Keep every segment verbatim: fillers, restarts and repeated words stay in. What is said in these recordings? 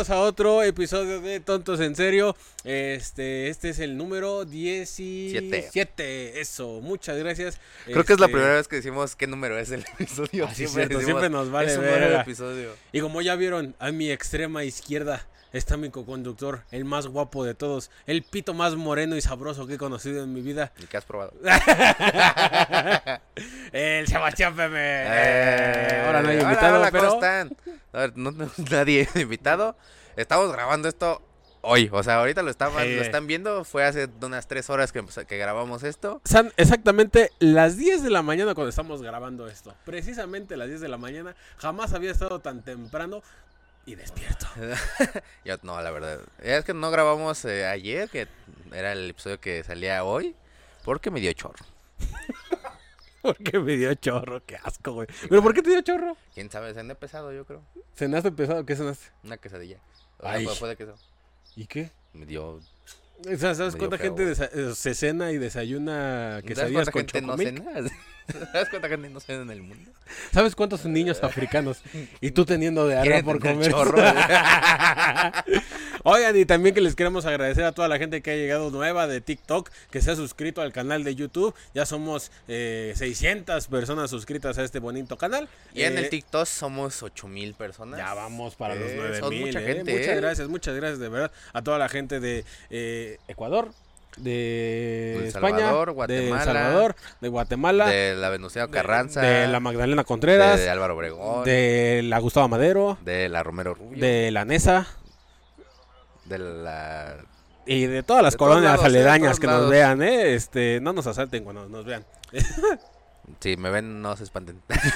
bienvenidos a otro episodio de Tontos en Serio. Este, este es el número diecisiete. Eso, muchas gracias. Creo este... que es la primera vez que decimos qué número es el episodio. Ah, sí, siempre, decimos, siempre nos vale es un ver. nuevo episodio. Y como ya vieron, a mi extrema izquierda está mi coconductor, el más guapo de todos, el pito más moreno y sabroso que he conocido en mi vida. ¿Y qué has probado? El Sebastián Peme. Eh, ahora no hay invitado, hola, hola, pero... ¿cómo están? A ver, no tenemos nadie invitado. Estamos grabando esto hoy, o sea, ahorita lo, estaban, eh. lo están viendo. Fue hace unas tres horas que, que grabamos esto. Son exactamente las diez de la mañana cuando estamos grabando esto. Precisamente las diez de la mañana. Jamás había estado tan temprano y despierto. Yo no, la verdad. Es que no grabamos eh, ayer, que era el episodio que salía hoy, porque me dio chorro. Porque me dio chorro, qué asco, güey. ¿Pero por qué te dio chorro? ¿Quién sabe? Cené pesado, yo creo. ¿Cenaste pesado? ¿Qué cenaste? Una quesadilla. Ay. Fue de queso. ¿Y qué? Me dio... O sea, ¿sabes me cuánta dio gente feo, desa- se cena y desayuna quesadillas con gente no chocomilk? cena? ¿Sabes cuánta gente no cena en el mundo? ¿Sabes cuántos niños africanos? Y tú teniendo diarrea por comer. Chorro. Oigan, y también que les queremos agradecer a toda la gente que ha llegado nueva de TikTok, que se ha suscrito al canal de YouTube. Ya somos eh, seiscientas personas suscritas a este bonito canal. Y eh, en el TikTok somos ocho mil personas. Ya vamos para eh, los nueve son mil. mucha eh. gente, Muchas eh. gracias, muchas gracias de verdad a toda la gente de eh, Ecuador, de El España, Salvador, de Guatemala, El Salvador, de Guatemala, de la Venustiano Carranza, de, de la Magdalena Contreras, de, de Álvaro Obregón, de la Gustavo Madero, de la Romero Rubio, de la Nesa de la... y de todas las de colonias lados, aledañas eh, que lados. nos vean, eh, este, no nos asalten cuando nos vean. Si me ven, no se espanten.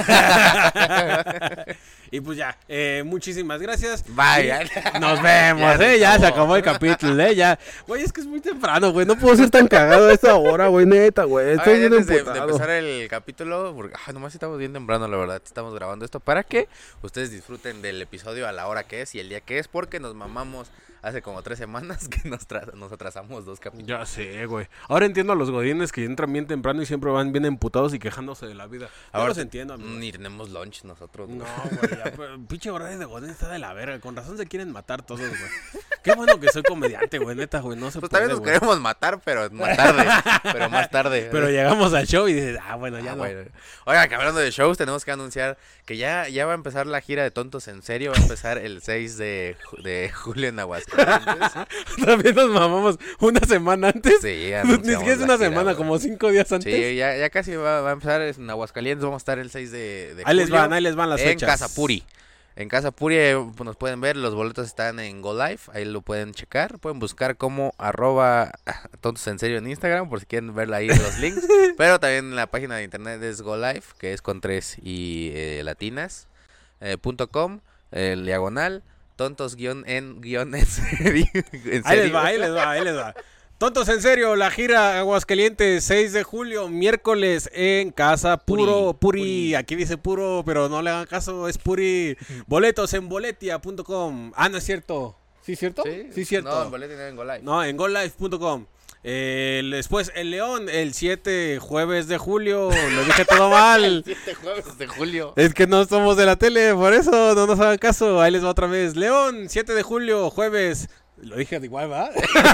Y pues ya, eh, muchísimas gracias. Vaya. Y nos vemos, Ya eh, ya se acabó. acabó el capítulo, eh, ya. Güey, es que es muy temprano, güey, no puedo ser tan cagado a esta hora, güey, neta, güey. Estoy Ay, bien antes de, de emputado. empezar el capítulo, porque ay, nomás estamos bien temprano, la verdad, estamos grabando esto para que ustedes disfruten del episodio a la hora que es y el día que es, porque nos mamamos hace como tres semanas que nos, tra- nos atrasamos dos capítulos. Ya sé, güey. Ahora entiendo a los godines que entran bien temprano y siempre van bien emputados y quejándose de la vida. Ahora Ahora los entiendo, amigo. Ni tenemos lunch nosotros. No, güey, ya, pero, pinche horario de godín está de la verga. Con razón se quieren matar todos, güey. Qué bueno que soy comediante, güey, neta, güey, no se Pues puede, también nos güey. queremos matar, pero más tarde. pero más tarde. Pero llegamos al show y dices, ah, bueno, ya Ah, no. bueno. Oiga, que hablando de shows, tenemos que anunciar que ya, ya va a empezar la gira de Tontos en Serio. Va a empezar el seis de, ju- de julio en Aguascalientes. También nos mamamos una semana antes. Sí, Ni anunciamos siquiera es la una gira, semana, güey. como cinco días antes. Sí, ya, ya casi va, va a empezar en Aguascalientes. Vamos a estar el seis de, de Ahí les julio van, ahí les van las en fechas. Casa Puri. En Casa Puri eh, pues, nos pueden ver, los boletos están en Go Live, ahí lo pueden checar, pueden buscar como arroba tontos en serio en Instagram por si quieren ver ahí los links, pero también en la página de internet es Go Live, que es con tres y eh, latinas, eh, punto com, el diagonal, tontos guión en guión en serio. en Ahí les serio. va, ahí les va, ahí les va. Tontos en Serio, la gira Aguascalientes, seis de julio, miércoles en Casa Puro, Puri, Puri. aquí dice Puro, pero no le hagan caso, es Puri. Boletos en boletia punto com. Ah, no es cierto. ¿Sí es cierto? Sí, Sí es cierto. No, en boleto y no en Go Live. No, en go live punto com. Eh, después el León, el siete jueves de julio, lo dije todo mal. siete jueves de julio. Es que no somos de la tele, por eso no nos hagan caso. Ahí les va otra vez. León, siete de julio, jueves. Lo dije de igual, ¿va?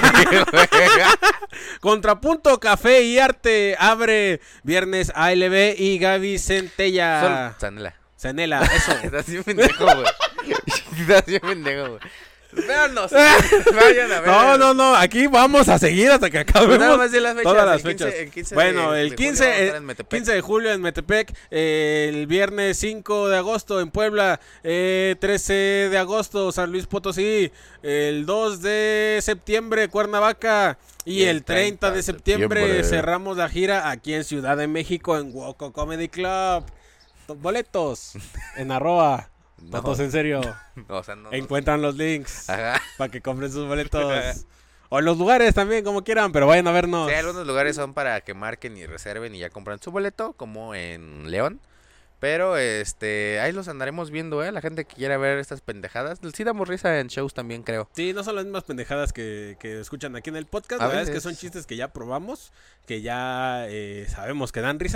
Contrapunto, Café y Arte abre viernes A L B y Gaby Centella. Sol, Sanela. Cenela, eso. Estás bien pendejo, güey. Estás bien pendejo, güey. Véanos. Vayan a ver. No, no, no, aquí vamos a seguir hasta que Pues nada acabemos más de las fechas. todas las el quince, fechas. el quince Bueno, de, el de quince, julio vamos a eh, estar en Metepec. quince de julio en Metepec, eh, el viernes cinco de agosto en Puebla, eh, trece de agosto San Luis Potosí, el dos de septiembre Cuernavaca y, Y el el treinta de septiembre, septiembre cerramos la gira aquí en Ciudad de México en Woco Comedy Club. Boletos en arroba. No, Tontos en Serio. o sea, no, no. Encuentran los links Ajá. para que compren sus boletos. O en los lugares también, como quieran, pero vayan a vernos. Sí, algunos lugares son para que marquen y reserven y ya compran su boleto, como en León. Pero este, ahí los andaremos viendo, ¿eh? La gente que quiera ver estas pendejadas. Sí damos risa en shows también, creo. Sí, no son las mismas pendejadas que, que escuchan aquí en el podcast. La A verdad es que veces. son chistes que ya probamos, que ya eh, sabemos que dan risa.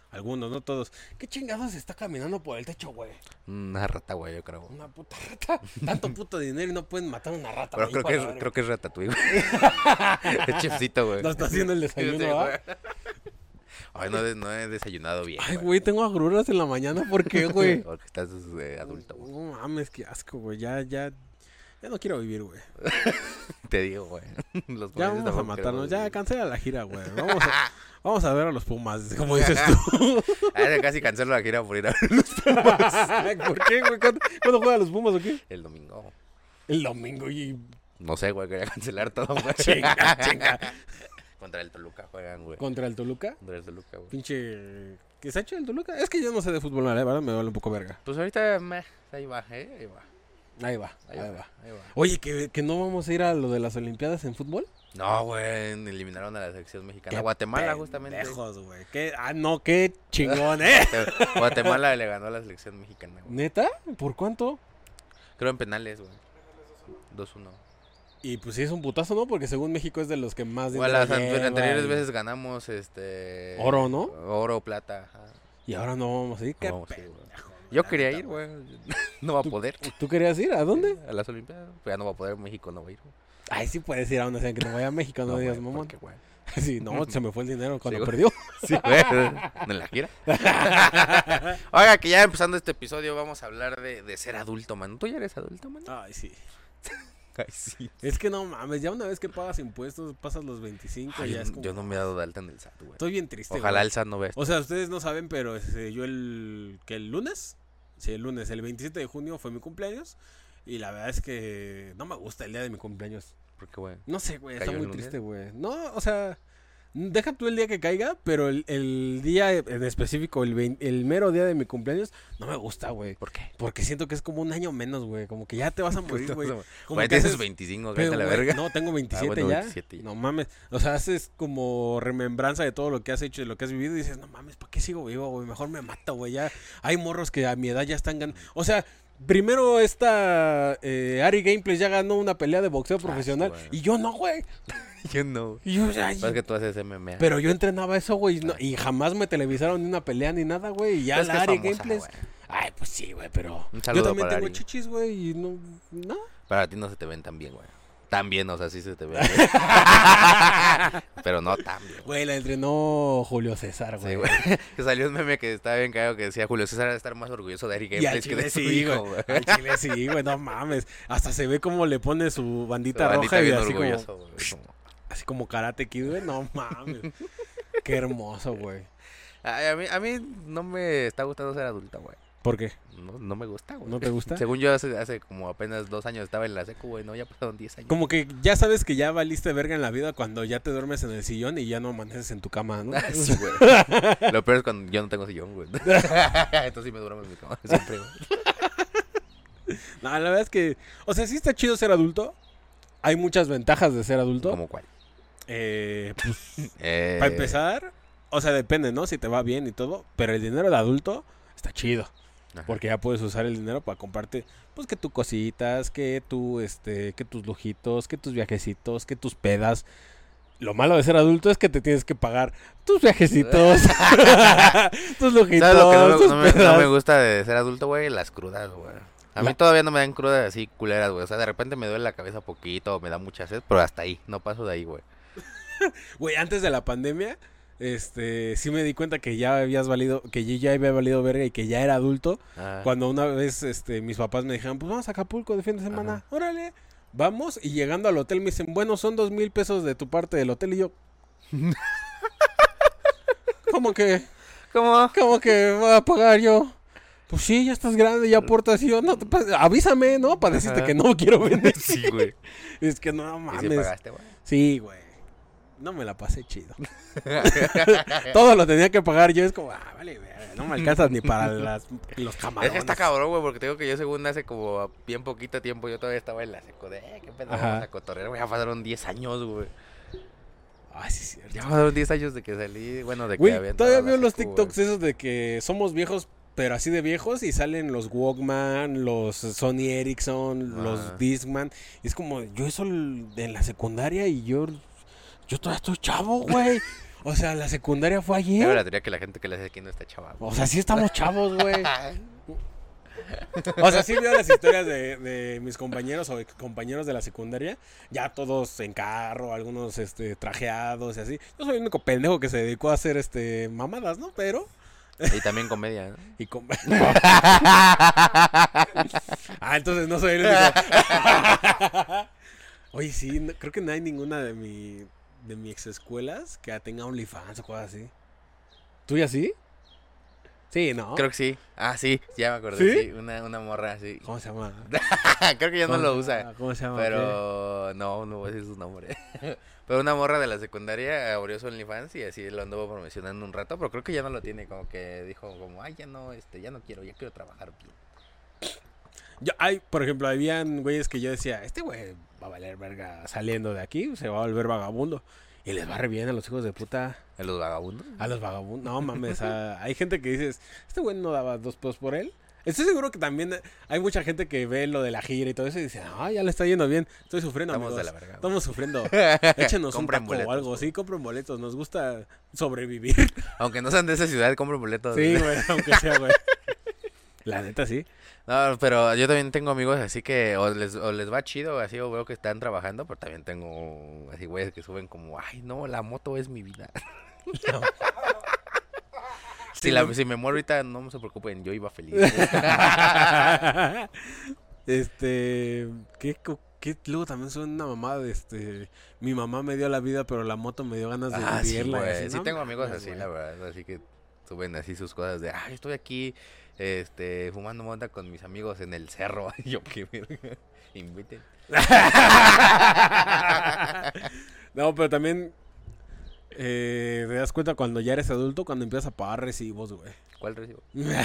Algunos, no todos. ¿Qué chingados está caminando por el techo, güey? Una rata, güey, yo creo. Una puta rata. Tanto puto dinero y no pueden matar a una rata. Pero creo que, es, creo que es Ratatouille, güey. Es chefcito, güey. No está haciendo el desayuno, ¿ah? Ay, no, no he desayunado bien. Ay, güey, tengo agruras en la mañana. ¿Por qué, güey? Porque estás eh, adulto, güey. No mames, qué asco, güey. Ya, ya. Ya no quiero vivir, güey. Te digo, güey. Los ya vamos a matarnos. Ya cancela la gira, güey. Vamos a, vamos a ver a los Pumas, como dices tú. Casi cancelo la gira por ir a ver los Pumas. ¿Por qué, güey? ¿Cuándo, ¿Cuándo juegan los Pumas o qué? El domingo. El domingo y... No sé, güey. Quería cancelar todo, güey. Chinga, chinga. Contra el Toluca juegan, güey. ¿Contra el Toluca? Contra el Toluca, güey. Pinche... ¿Qué se ha hecho el Toluca? Es que yo no sé de fútbol, la verdad, me vale un poco verga. Pues ahorita, meh, ahí va, ¿eh? Ahí va. Ahí va, ahí, ahí, va, va, ahí va. Oye, ¿que, ¿que no vamos a ir a lo de las Olimpiadas en fútbol? No, güey, eliminaron a la selección mexicana. Qué Guatemala, justamente. Pendejos, güey. ¿Qué? Ah, no, qué chingón, ¿eh? Guatemala le ganó a la selección mexicana, güey. ¿Neta? ¿Por cuánto? Creo en penales, güey. dos uno. Y pues sí es un putazo, ¿no? Porque según México es de los que más... Bueno, las lleva, anteriores y... veces ganamos, este... Oro, ¿no? Oro, plata. Ajá. Y ahora no vamos a ir. ¿Qué no, sí, Yo quería ir, güey. No va a poder. ¿Tú querías ir? ¿A dónde? A las Olimpiadas. Pues ya no va a poder. México no va a ir, güey. Ay, sí puedes ir a donde sea que no vaya a México, no, no digas, mamón. Güey. Sí, no, se me fue el dinero cuando sí, perdió. Sí, güey. ¿En la gira? Oiga, que ya empezando este episodio vamos a hablar de, de ser adulto, man. ¿Tú ya eres adulto, man? Ay, sí. Ay, sí. Es que no mames, ya una vez que pagas impuestos, pasas los veinticinco Ay, y ya es como... Yo no me he dado de alta en el S A T, güey. Estoy bien triste, Ojalá güey. el S A T no vea esto. O sea, ustedes no saben, pero este, yo el... ¿Qué, el lunes? Sí, el lunes, el veintisiete de junio fue mi cumpleaños. Y la verdad es que no me gusta el día de mi cumpleaños. ¿Por qué, güey? No sé, güey, está muy triste, güey. No, o sea... Deja tú el día que caiga, pero el, el día en específico, el, veinte, el mero día de mi cumpleaños, no me gusta, güey. ¿Por qué? Porque siento que es como un año menos, güey. Como que ya te vas a morir, güey. Güey, tienes veinticinco, cállate la verga. No, tengo veintisiete, ah, bueno, ya. veintisiete ya. No mames. O sea, haces como remembranza de todo lo que has hecho y lo que has vivido y dices, no mames, ¿para qué sigo vivo, güey? Mejor me mato, güey. Ya hay morros que a mi edad ya están ganando. O sea... Primero esta eh, Ari Gameplays ya ganó una pelea de boxeo profesional. Ah, sí, y yo no, güey. Yo no. Y yo, ya, es que tú haces M M A. Pero yo entrenaba eso, güey. No, y jamás me televisaron ni una pelea ni nada, güey. Y ya la Ari Gameplays. Ay, pues sí, güey, pero. Yo también tengo Ari. Chichis, güey. Y no. No. Pero a ti no se te ven tan bien, güey. Tan bien, o sea, sí se te ve. Pero no tan bien. Güey, la entrenó Julio César, güey. Sí, güey. Que salió un meme que estaba bien cagado que decía Julio César debe estar más orgulloso de Ari Gameplays que de su sí, hijo, güey. Al chile sí, güey, no mames. Hasta se ve como le pone su bandita, su bandita roja y así como, como... Así como Karate Kid, güey. No mames. Qué hermoso, güey. A, a, mí, a mí no me está gustando ser adulta, güey. ¿Por qué? No, no me gusta, güey. ¿No te gusta? Según yo, hace, hace como apenas dos años estaba en la secu, güey. No, ya pasaron diez años. Como que ya sabes que ya valiste verga en la vida cuando ya te duermes en el sillón y ya no amaneces en tu cama, ¿no? Sí, güey. Lo peor es cuando yo no tengo sillón, güey. Entonces sí me duermo en mi cama siempre, güey. No, la verdad es que... O sea, sí está chido ser adulto. Hay muchas ventajas de ser adulto. ¿Cómo cuál? Eh, pues, eh... Para empezar... O sea, depende, ¿no? Si te va bien y todo. Pero el dinero de adulto está chido. Ajá. Porque ya puedes usar el dinero para comprarte, pues, que tus cositas, que tu, este, que tus lujitos, que tus viajecitos, que tus pedas. Lo malo de ser adulto es que te tienes que pagar tus viajecitos, tus lujitos, ¿sabes lo que no, tus no, me, no me gusta de ser adulto, güey? Las crudas, güey. A La... mí todavía no me dan crudas así culeras, güey. O sea, de repente me duele la cabeza poquito, me da mucha sed, pero hasta ahí, no paso de ahí, güey. Güey, antes de la pandemia... Este, sí me di cuenta que ya habías valido, que yo ya había valido verga y que ya era adulto. Ah. Cuando una vez, este, mis papás me dijeron, pues vamos a Acapulco de fin de semana. Ajá. Órale, vamos. Y llegando al hotel me dicen, bueno, son dos mil pesos de tu parte del hotel. Y yo, ¿cómo que? ¿Cómo? ¿Cómo que voy a pagar yo? Pues sí, ya estás grande, ya aportas. Y yo, no, te avísame, ¿no? Para decirte Ajá. que no quiero vender. Sí, güey. Es que no mames. ¿Y si pagaste, güey? Sí, güey. No me la pasé chido. Todo lo tenía que pagar yo. Es como, ah, vale, no me alcanzas ni para las, los camarones. Está cabrón, güey, porque te digo que yo según hace como bien poquito tiempo yo todavía estaba en la seco de, eh, qué pedo, vamos a cotorrear, güey, ya pasaron diez años, güey. Ay, sí, cierto. Ya pasaron diez años de que salí, bueno, de que güey, había todavía veo los TikToks wey. Esos de que somos viejos, pero así de viejos, y salen los Walkman, los Sony Ericsson, ah. los Discman. Y es como, yo eso en la secundaria y yo... Yo todavía estoy chavo, güey. O sea, la secundaria fue ayer. Pero la teoría que la gente que le hace aquí no está chava. O sea, sí estamos chavos, güey. O sea, sí veo las historias de, de mis compañeros o compañeros de la secundaria. Ya todos en carro, algunos este trajeados y así. Yo soy el único pendejo que se dedicó a hacer este mamadas, ¿no? Pero... Y también comedia, ¿no? Y com... no. Ah, entonces no soy el único. Oye, sí, no, creo que no hay ninguna de mi de mi ex escuelas que tenga OnlyFans o cosas así. ¿Tú ya sí? Sí, ¿no? Creo que sí. Ah, sí, ya me acordé. ¿Sí? Sí, una, una morra así. ¿Cómo se llama? Creo que ya no lo usa. ¿Cómo se llama? Pero ¿qué? no, no voy a decir su nombre. Pero una morra de la secundaria abrió su OnlyFans y así lo anduvo promocionando un rato, pero creo que ya no lo tiene, como que dijo como, ay, ya no, este, ya no quiero, ya quiero trabajar bien. Yo, hay, por ejemplo, habían güeyes que yo decía, este güey va a valer verga saliendo de aquí, se va a volver vagabundo. Y les va re bien a los hijos de puta. ¿A los vagabundos? A los vagabundos. No mames, a, hay gente que dices, este güey no daba dos pesos por él. Estoy seguro que también hay mucha gente que ve lo de la gira y todo eso y dice, ah, ya le está yendo bien. Estoy sufriendo, Estamos amigos. de la verga. Estamos sufriendo. Échenos un taco boletos, o algo. güey. Sí, compren boletos. Nos gusta sobrevivir. Aunque no sean de esa ciudad, compren boletos. Sí, güey, aunque sea, güey. La neta, sí. No, pero yo también tengo amigos así que o les, o les va chido, así, o veo que están trabajando, pero también tengo así güeyes que suben como, ay, no, la moto es mi vida. No. Si, la, si me muero ahorita, no se preocupen, yo iba feliz. este, ¿qué, qué luego también son una mamada de este, mi mamá me dio la vida, pero la moto me dio ganas de Ah, vivirla. sí, y así, güey. Sí ¿no? tengo amigos Ay, así, güey. la verdad, así que suben así sus cosas de, ay, estoy aquí, este, fumando mota con mis amigos en el cerro. Y yo, qué verga, inviten. No, pero también eh, te das cuenta cuando ya eres adulto, cuando empiezas a pagar recibos, güey. ¿Cuál recibo?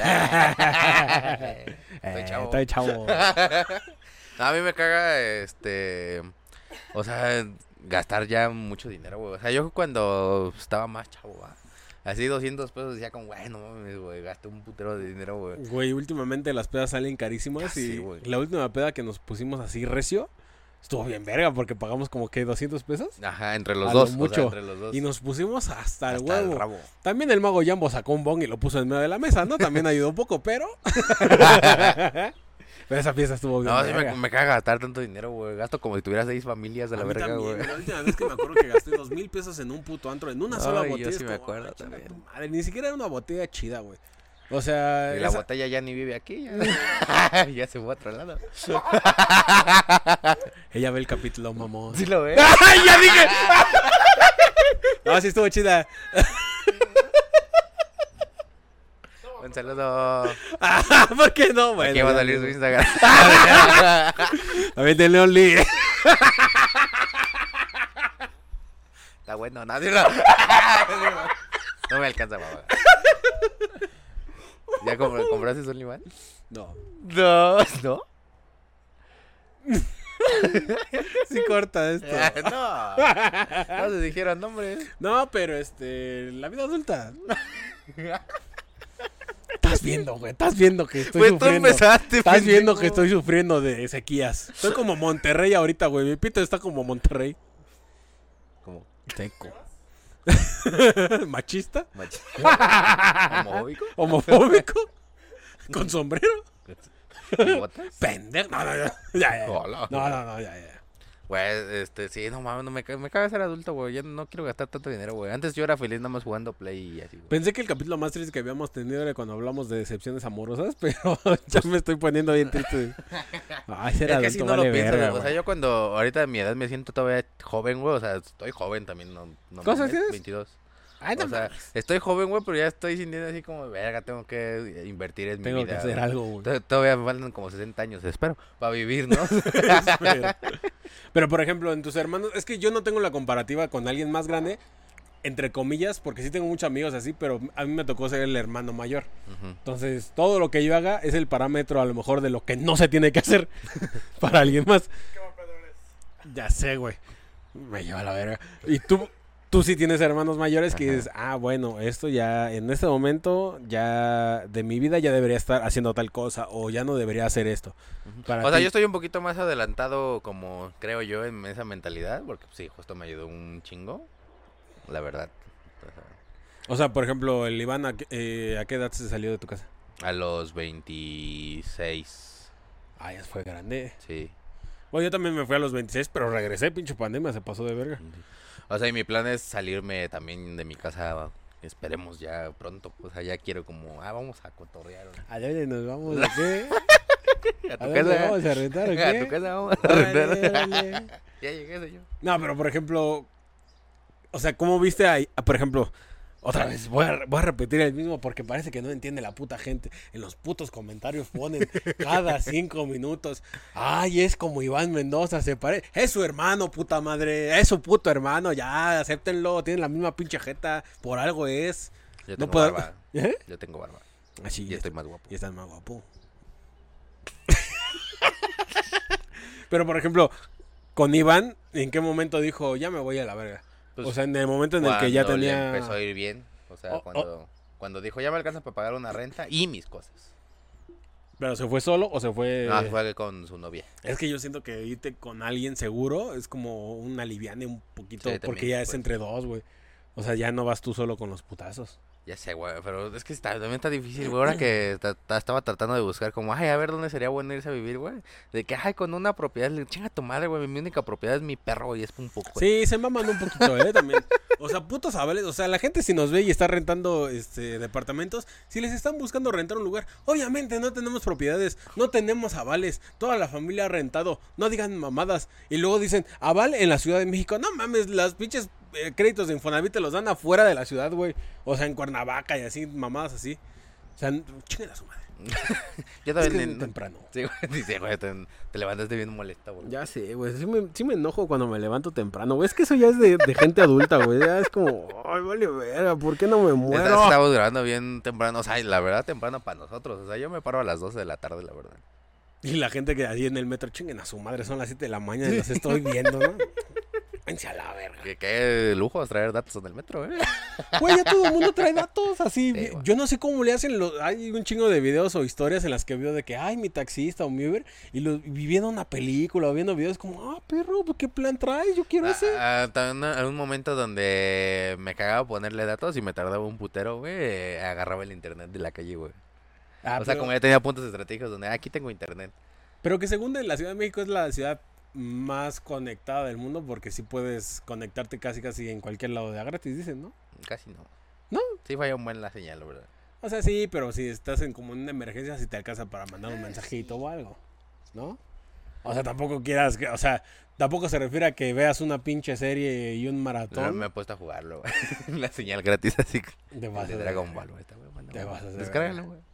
Eh, Estoy chavo. Estoy chavo. No, a mí me caga, este, o sea, gastar ya mucho dinero, güey. O sea, yo cuando estaba más chavo, ¿va? Así doscientos pesos decía como, güey, no mames, güey, gasté un putero de dinero, güey. Güey, últimamente las pedas salen carísimas Ya y sé, güey. la última peda que nos pusimos así recio estuvo bien verga porque pagamos como que doscientos pesos. Ajá, entre los A dos, lo o mucho. sea, entre los dos. Y nos pusimos hasta el Hasta el huevo. rabo. También el mago Jambo sacó un bong y lo puso en medio de la mesa, ¿no? También ayudó un poco, pero... pero esa fiesta estuvo bien No, sí verga. me, me caga gastar tanto dinero, güey. Gasto como si tuviera seis familias de la A mí verga, también, güey. la última vez que me acuerdo que gasté dos mil pesos en un puto antro, en una sola Ay, yo botella. sí es me como, acuerdo ay, chinga también. tu madre, ni siquiera era una botella chida, güey. O sea... Y la esa- botella ya ni vive aquí. Ya, ya se fue a otro lado. Ella ve el capítulo, mamón. ¿Sí lo ves? ¡Ay, ya dije! No, sí estuvo chida. Un saludo. Ah, ¿por qué no, güey? Aquí va a salir su Instagram. También tiene Only. Está bueno, no, dilo. No me alcanza, mamá. ¿Ya compr- compraste su OnlyFans? No. No, ¿no? Sí corta esto. No. No se dijeron nombres. No, pero este, la vida adulta. Estás viendo, güey. Estás viendo que estoy Pues tú sufriendo. empezaste, Estás pendejo. viendo que estoy sufriendo de sequías. Estoy como Monterrey ahorita, güey. Mi pito está como Monterrey. ¿Cómo? Seco. Machista. Machi- ¿Homofóbico? Homofóbico. Con sombrero. ¿Y botas? Pendejo. No, no, no. Ya, ya. Hola. No, no, no, ya, ya. Güey, este, sí, no mames, no me, ca- me caga ser adulto, güey. Ya no quiero gastar tanto dinero, güey. Antes yo era feliz nada más jugando Play y así, güey. Pensé que el capítulo más triste que habíamos tenido era cuando hablamos de decepciones amorosas, pero ya me estoy poniendo bien triste. Ay, ser Es que adulto si no vale lo piensas, verga, o sea, güey. yo cuando ahorita a mi edad me siento todavía joven, güey. O sea, estoy joven también, no, no ¿Cuántos mames, tienes? veintidós. Ay, no O sea, mames. estoy joven, güey, pero ya estoy sintiendo así como, verga, tengo que invertir en Tengo mi que vida. hacer güey. algo, güey. To- Todavía me faltan como sesenta años, espero, para vivir, ¿no? pero, pero, por ejemplo, en tus hermanos, es que yo no tengo la comparativa con alguien más grande, entre comillas, porque sí tengo muchos amigos así, pero a mí me tocó ser el hermano mayor. Ujú. Entonces, todo lo que yo haga es el parámetro a lo mejor de lo que no se tiene que hacer para alguien más. Ya sé, güey. Me lleva a la verga. Y tú, tú sí tienes hermanos mayores que Ajá. dices, ah, bueno, esto ya, en este momento, ya de mi vida ya debería estar haciendo tal cosa, o ya no debería hacer esto. Para O sea, ti- yo estoy un poquito más adelantado, como creo yo, en esa mentalidad, porque pues, sí, justo me ayudó un chingo, la verdad. O sea, por ejemplo, el Iván, ¿a qué, eh, ¿a qué edad se salió de tu casa? A los veintiséis. Ah, ya fue grande. Sí. Bueno, yo también me fui a los veintiséis, pero regresé, pinche pandemia, se pasó de verga. O sea, y mi plan es salirme también de mi casa, esperemos ya pronto. O sea, ya quiero como, ah, vamos a cotorrear. ¿A dónde nos vamos? ¿A qué? ¿A tu ¿A casa? vamos a rentar o qué? A tu casa vamos a Órale, rentar. órale. Ya llegué, señor. No, pero por ejemplo, o sea, ¿cómo viste ahí? Por ejemplo, otra vez, voy a, voy a repetir el mismo porque parece que no entiende la puta gente. En los putos comentarios ponen cada cinco minutos. Ay, es como Iván Mendoza, se parece. Es su hermano, puta madre. Es su puto hermano, ya, acéptenlo. Tienen la misma pinche jeta. Por algo es. Yo tengo No puedo... barba. ¿Eh? Yo tengo barba. Así, Y estoy más guapo. Y estás más guapo. Pero por ejemplo, con Iván, ¿en qué momento dijo, ya me voy a la verga? Pues, o sea, en el momento en el que ya cuando le tenía... empezó a ir bien. O sea, Oh, cuando, oh. cuando dijo, ya me alcanza para pagar una renta y mis cosas. ¿Pero se fue solo o se fue...? No, fue con su novia. Es que yo siento que irte con alguien seguro es como un aliviane un poquito, Sí, porque también, ya es pues. entre dos, güey. O sea, ya no vas tú solo con los putazos. Ya sé, güey, pero es que está, también está difícil, güey. Ahora que ta- ta- estaba tratando de buscar como, ay, a ver dónde sería bueno irse a vivir, güey. De que, ay, con una propiedad, le chinga tu madre, güey. Mi única propiedad es mi perro, güey, es un poco. Sí, se maman un poquito, ¿eh? También. O sea, putos avales. O sea, la gente si nos ve y está rentando este departamentos, si les están buscando rentar un lugar, obviamente no tenemos propiedades, no tenemos avales, toda la familia ha rentado, no digan mamadas. Y luego dicen, aval en la Ciudad de México. No mames, las pinches eh, créditos de Infonavit te los dan afuera de la ciudad, güey. O sea, en Cuernavaca y así, mamadas así. O sea, chinguen a su madre. Yo Es también. que es en- muy temprano. Sí, güey, dice, güey, te, te levantaste bien molesta, güey. Ya sé, güey. Sí me, sí me enojo cuando me levanto temprano, güey. Es que eso ya es de, de gente adulta, güey. Ya es como, ay, vale, verga, ¿por qué no me Esta- muero? Estamos grabando bien temprano, o sea, la verdad, temprano para nosotros. O sea, yo me paro a las doce de la tarde, la verdad. Y la gente que ahí en el metro, chinguen a su madre, son las siete de la mañana y los estoy viendo, ¿no? Váyanse a la verga. Que qué lujo es traer datos en el metro, ¿eh? Güey, ya todo el mundo trae datos así. Sí, güey. Yo no sé cómo le hacen. Los... Hay un chingo de videos o historias en las que veo de que, ay, mi taxista o mi Uber. Y, lo... y viendo una película o viendo videos como, ah, perro, ¿qué plan traes? Yo quiero ese. Ah, ah, también hay un momento donde me cagaba ponerle datos y me tardaba un putero, güey. eh, Agarraba el internet de la calle, güey. Ah, o sea, pero... como ya tenía puntos estratégicos donde "Ah, aquí tengo internet". pero que según en la Ciudad de México es la ciudad más conectada del mundo porque sí puedes conectarte casi casi en cualquier lado de a gratis, dicen, ¿no? Casi no. ¿No? Sí falla un buen la señal, la verdad. O sea, sí, pero si estás en como en una emergencia, si te alcanza para mandar un mensajito o algo, ¿no? O sea, tampoco quieras, que, o sea, tampoco se refiere a que veas una pinche serie y un No, maratón. me he puesto a jugarlo, güey. La señal gratis así. Te vas De a Dragon ver. Ball, güey. está, güey, manda, Te güey. vas a hacer Descárgalo, güey.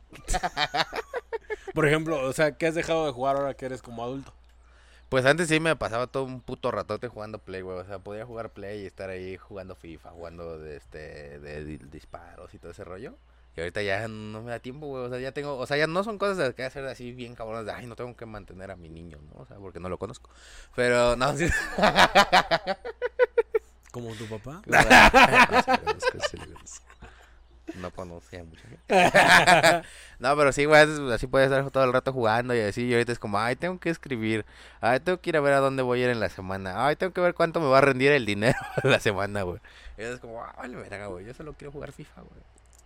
Por ejemplo, o sea, ¿qué has dejado de jugar ahora que eres como adulto? Pues antes sí me pasaba todo un puto ratote jugando Play, güey. O sea, podía jugar Play y estar ahí jugando FIFA, jugando de este de di- disparos y todo ese rollo. Y ahorita ya no me da tiempo, güey. O sea, ya tengo, o sea, ya no son cosas de que hacer así bien cabronas de, ay, no tengo que mantener a mi niño, ¿no? O sea, porque no lo conozco. Pero no, sí. ¿Como tu papá? No, sí lo conozco, sí lo conozco. No conocía mucho. No, pero sí, güey, así puedes estar todo el rato jugando y así. Y ahorita es como, ay, tengo que escribir. Ay, tengo que ir a ver a dónde voy a ir en la semana. Ay, tengo que ver cuánto me va a rendir el dinero la semana, güey. Y es como, ah, vale, verga, güey. Yo solo quiero jugar FIFA, güey.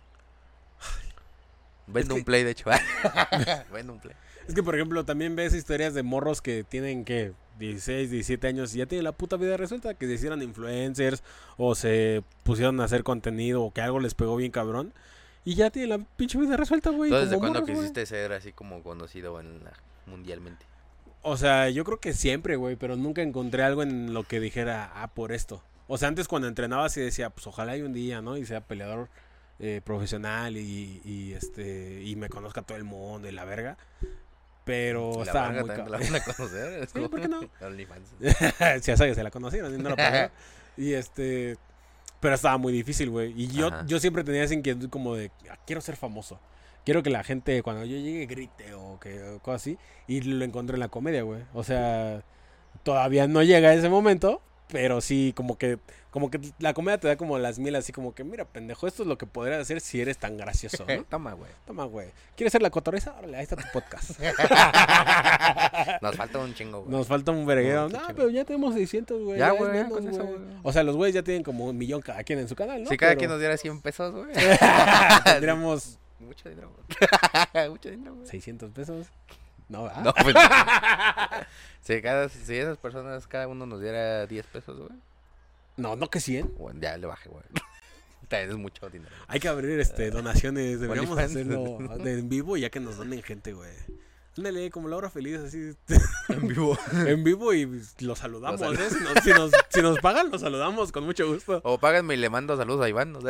Vendo que- un play, de hecho. Vendo un play. Es que, por ejemplo, también ves historias de morros que tienen, que dieciséis, diecisiete años y ya tienen la puta vida resuelta, que se hicieron influencers o se pusieron a hacer contenido o que algo les pegó bien cabrón y ya tienen la pinche vida resuelta, güey. ¿Tú desde como cuándo morros, güey. quisiste ser así como conocido en la- mundialmente? O sea, yo creo que siempre, güey, pero nunca encontré algo en lo que dijera, ah, por esto. O sea, antes cuando entrenaba sí decía, pues ojalá y un día, ¿no? Y sea peleador eh, profesional y, y este y me conozca todo el mundo y la verga. Pero La estaba verga muy también te cabrón. la van a conocer. Es Sí, como- ¿por qué no? OnlyFans. Ya sabes, se la conocieron y no la pagaron. Y este... Pero estaba muy difícil, güey. Y yo, Ajá. yo siempre tenía esa inquietud como de, "Ah, quiero ser famoso. Quiero que la gente cuando yo llegue grite o que o cosas así. Y lo encontré en la comedia, güey. O sea, todavía no llega ese momento, Pero sí, como que como que la comedia te da como las mil, así como que, mira, pendejo, esto es lo que podrías hacer si eres tan gracioso, ¿no? Toma, güey. Toma, güey. ¿Quieres ser la cotorreza? Órale, ahí está tu podcast. Nos falta un chingo, güey. Nos falta un verguero. No, pero ya tenemos seiscientos, güey. Ya, es güey, menos, con eso, güey. güey. O sea, los güeyes ya tienen como un millón cada quien en su canal, ¿no? Si cada Pero quien nos diera cien pesos, güey. tendríamos Mucho dinero, güey. Mucho dinero, güey. seiscientos pesos. No, ¿verdad? No, pues. si, cada, si esas personas, cada uno nos diera diez pesos, güey. No, no que cien. Bueno, ya le bajé, güey. También es mucho dinero. Hay que abrir este donaciones. Deberíamos OnlyFans. hacerlo de en vivo ya que nos donen gente, güey. Ándale, como la hora feliz, así. En vivo. En vivo y lo saludamos, Lo ¿eh? Si nos, si, nos, si nos pagan, lo saludamos con mucho gusto. O páganme y le mando saludos a Iván. O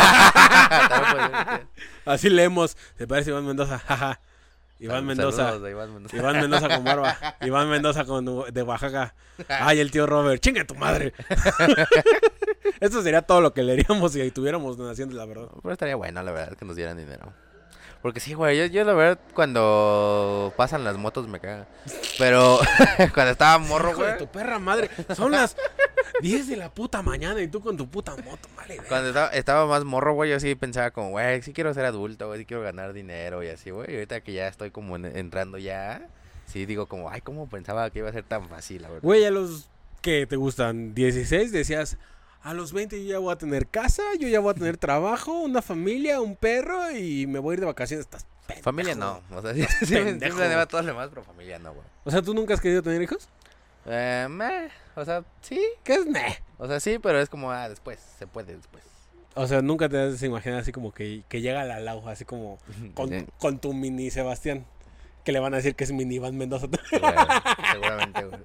sea. Así leemos. Se parece Iván Mendoza, jaja. Iván Mendoza. Saludos a Iván Mendoza. Iván Mendoza con barba. Iván Mendoza con, de Oaxaca. Ay, el tío Robert. ¡Chinga tu madre! Esto sería todo lo que leeríamos si tuviéramos donaciones, la verdad. Pero estaría bueno, la verdad, que nos dieran dinero. Porque sí, güey, yo, yo la verdad, cuando pasan las motos me caga. Pero cuando estaba morro, Hijo de güey. tu perra madre. Son las diez de la puta mañana y tú con tu puta moto, vale. Cuando estaba, estaba más morro, güey, yo sí pensaba como, güey, sí quiero ser adulto, güey, sí quiero ganar dinero y así, güey. Y ahorita que ya estoy como en- entrando ya, sí digo como, ay, ¿cómo pensaba que iba a ser tan fácil, la verdad? Güey, a los que te gustan dieciséis decías, a los veinte yo ya voy a tener casa, yo ya voy a tener trabajo, una familia, un perro y me voy a ir de vacaciones. Estás pendejo. Familia no, o sea, sí, sí, me- sí pendejo, me güey. a todos los demás, pero familia no, güey. O sea, ¿tú nunca has querido tener hijos? Eh, meh, o sea, sí, ¿Qué es meh? o sea, sí, pero es como, ah, después, se puede después. O sea, nunca te has imaginado así como que, que llega la lauja, así como con, Sí. con tu mini Sebastián, que le van a decir que es mini Iván Mendoza Güey, seguramente, güey.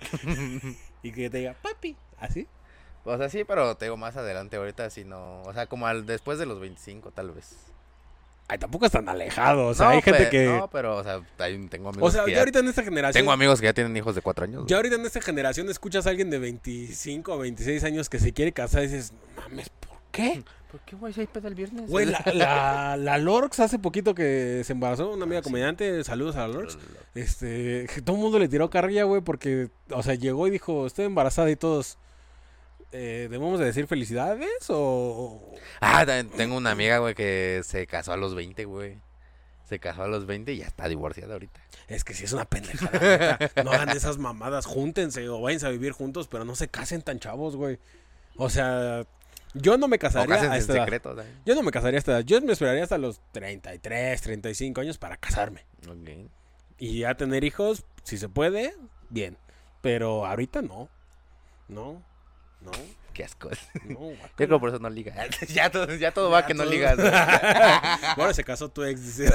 y que te diga, papi, así. O sea, sí, pero te digo más adelante, ahorita sí no, o sea, como al, después de los veinticinco, tal vez. Ay, tampoco es tan alejado, o sea, No, hay gente pe- que... No, pero, o sea, ahí tengo amigos o sea, que ya ya... ahorita en esta generación... Tengo amigos que ya tienen hijos de cuatro años. Ya güey. ahorita en esta generación escuchas a alguien de veinticinco o veintiséis años que se quiere casar y dices, no mames, ¿por qué? ¿Por qué, güey? Si hay pedo el viernes. Güey, la, la, la Lorx hace poquito que se embarazó, una amiga Ah, sí. comediante, saludos a la Lorx. Este, que todo el mundo le tiró carrilla, güey, porque, o sea, llegó y dijo, estoy embarazada y todos, eh, ¿debemos de decir felicidades o...? Ah, también tengo una amiga, güey, que se casó a los veinte, güey. Se casó a los veinte y ya está divorciada ahorita. Es que si es una pendejada, neta. No hagan esas mamadas, júntense o váyanse a vivir juntos, pero no se casen tan chavos, güey. O sea, yo no me O casaría cásense a en esta edad. secreto, ¿sabes? Yo no me casaría a esta edad. Yo me esperaría hasta los treinta y tres, treinta y cinco años para casarme. Ok. Y ya tener hijos, si se puede, bien. Pero ahorita no. No. No. Qué asco. No. Yo guácala. creo que por eso no liga. ya todo, ya todo va Ya que no todo. ligas. güey. Ahora se casó tu ex, dice.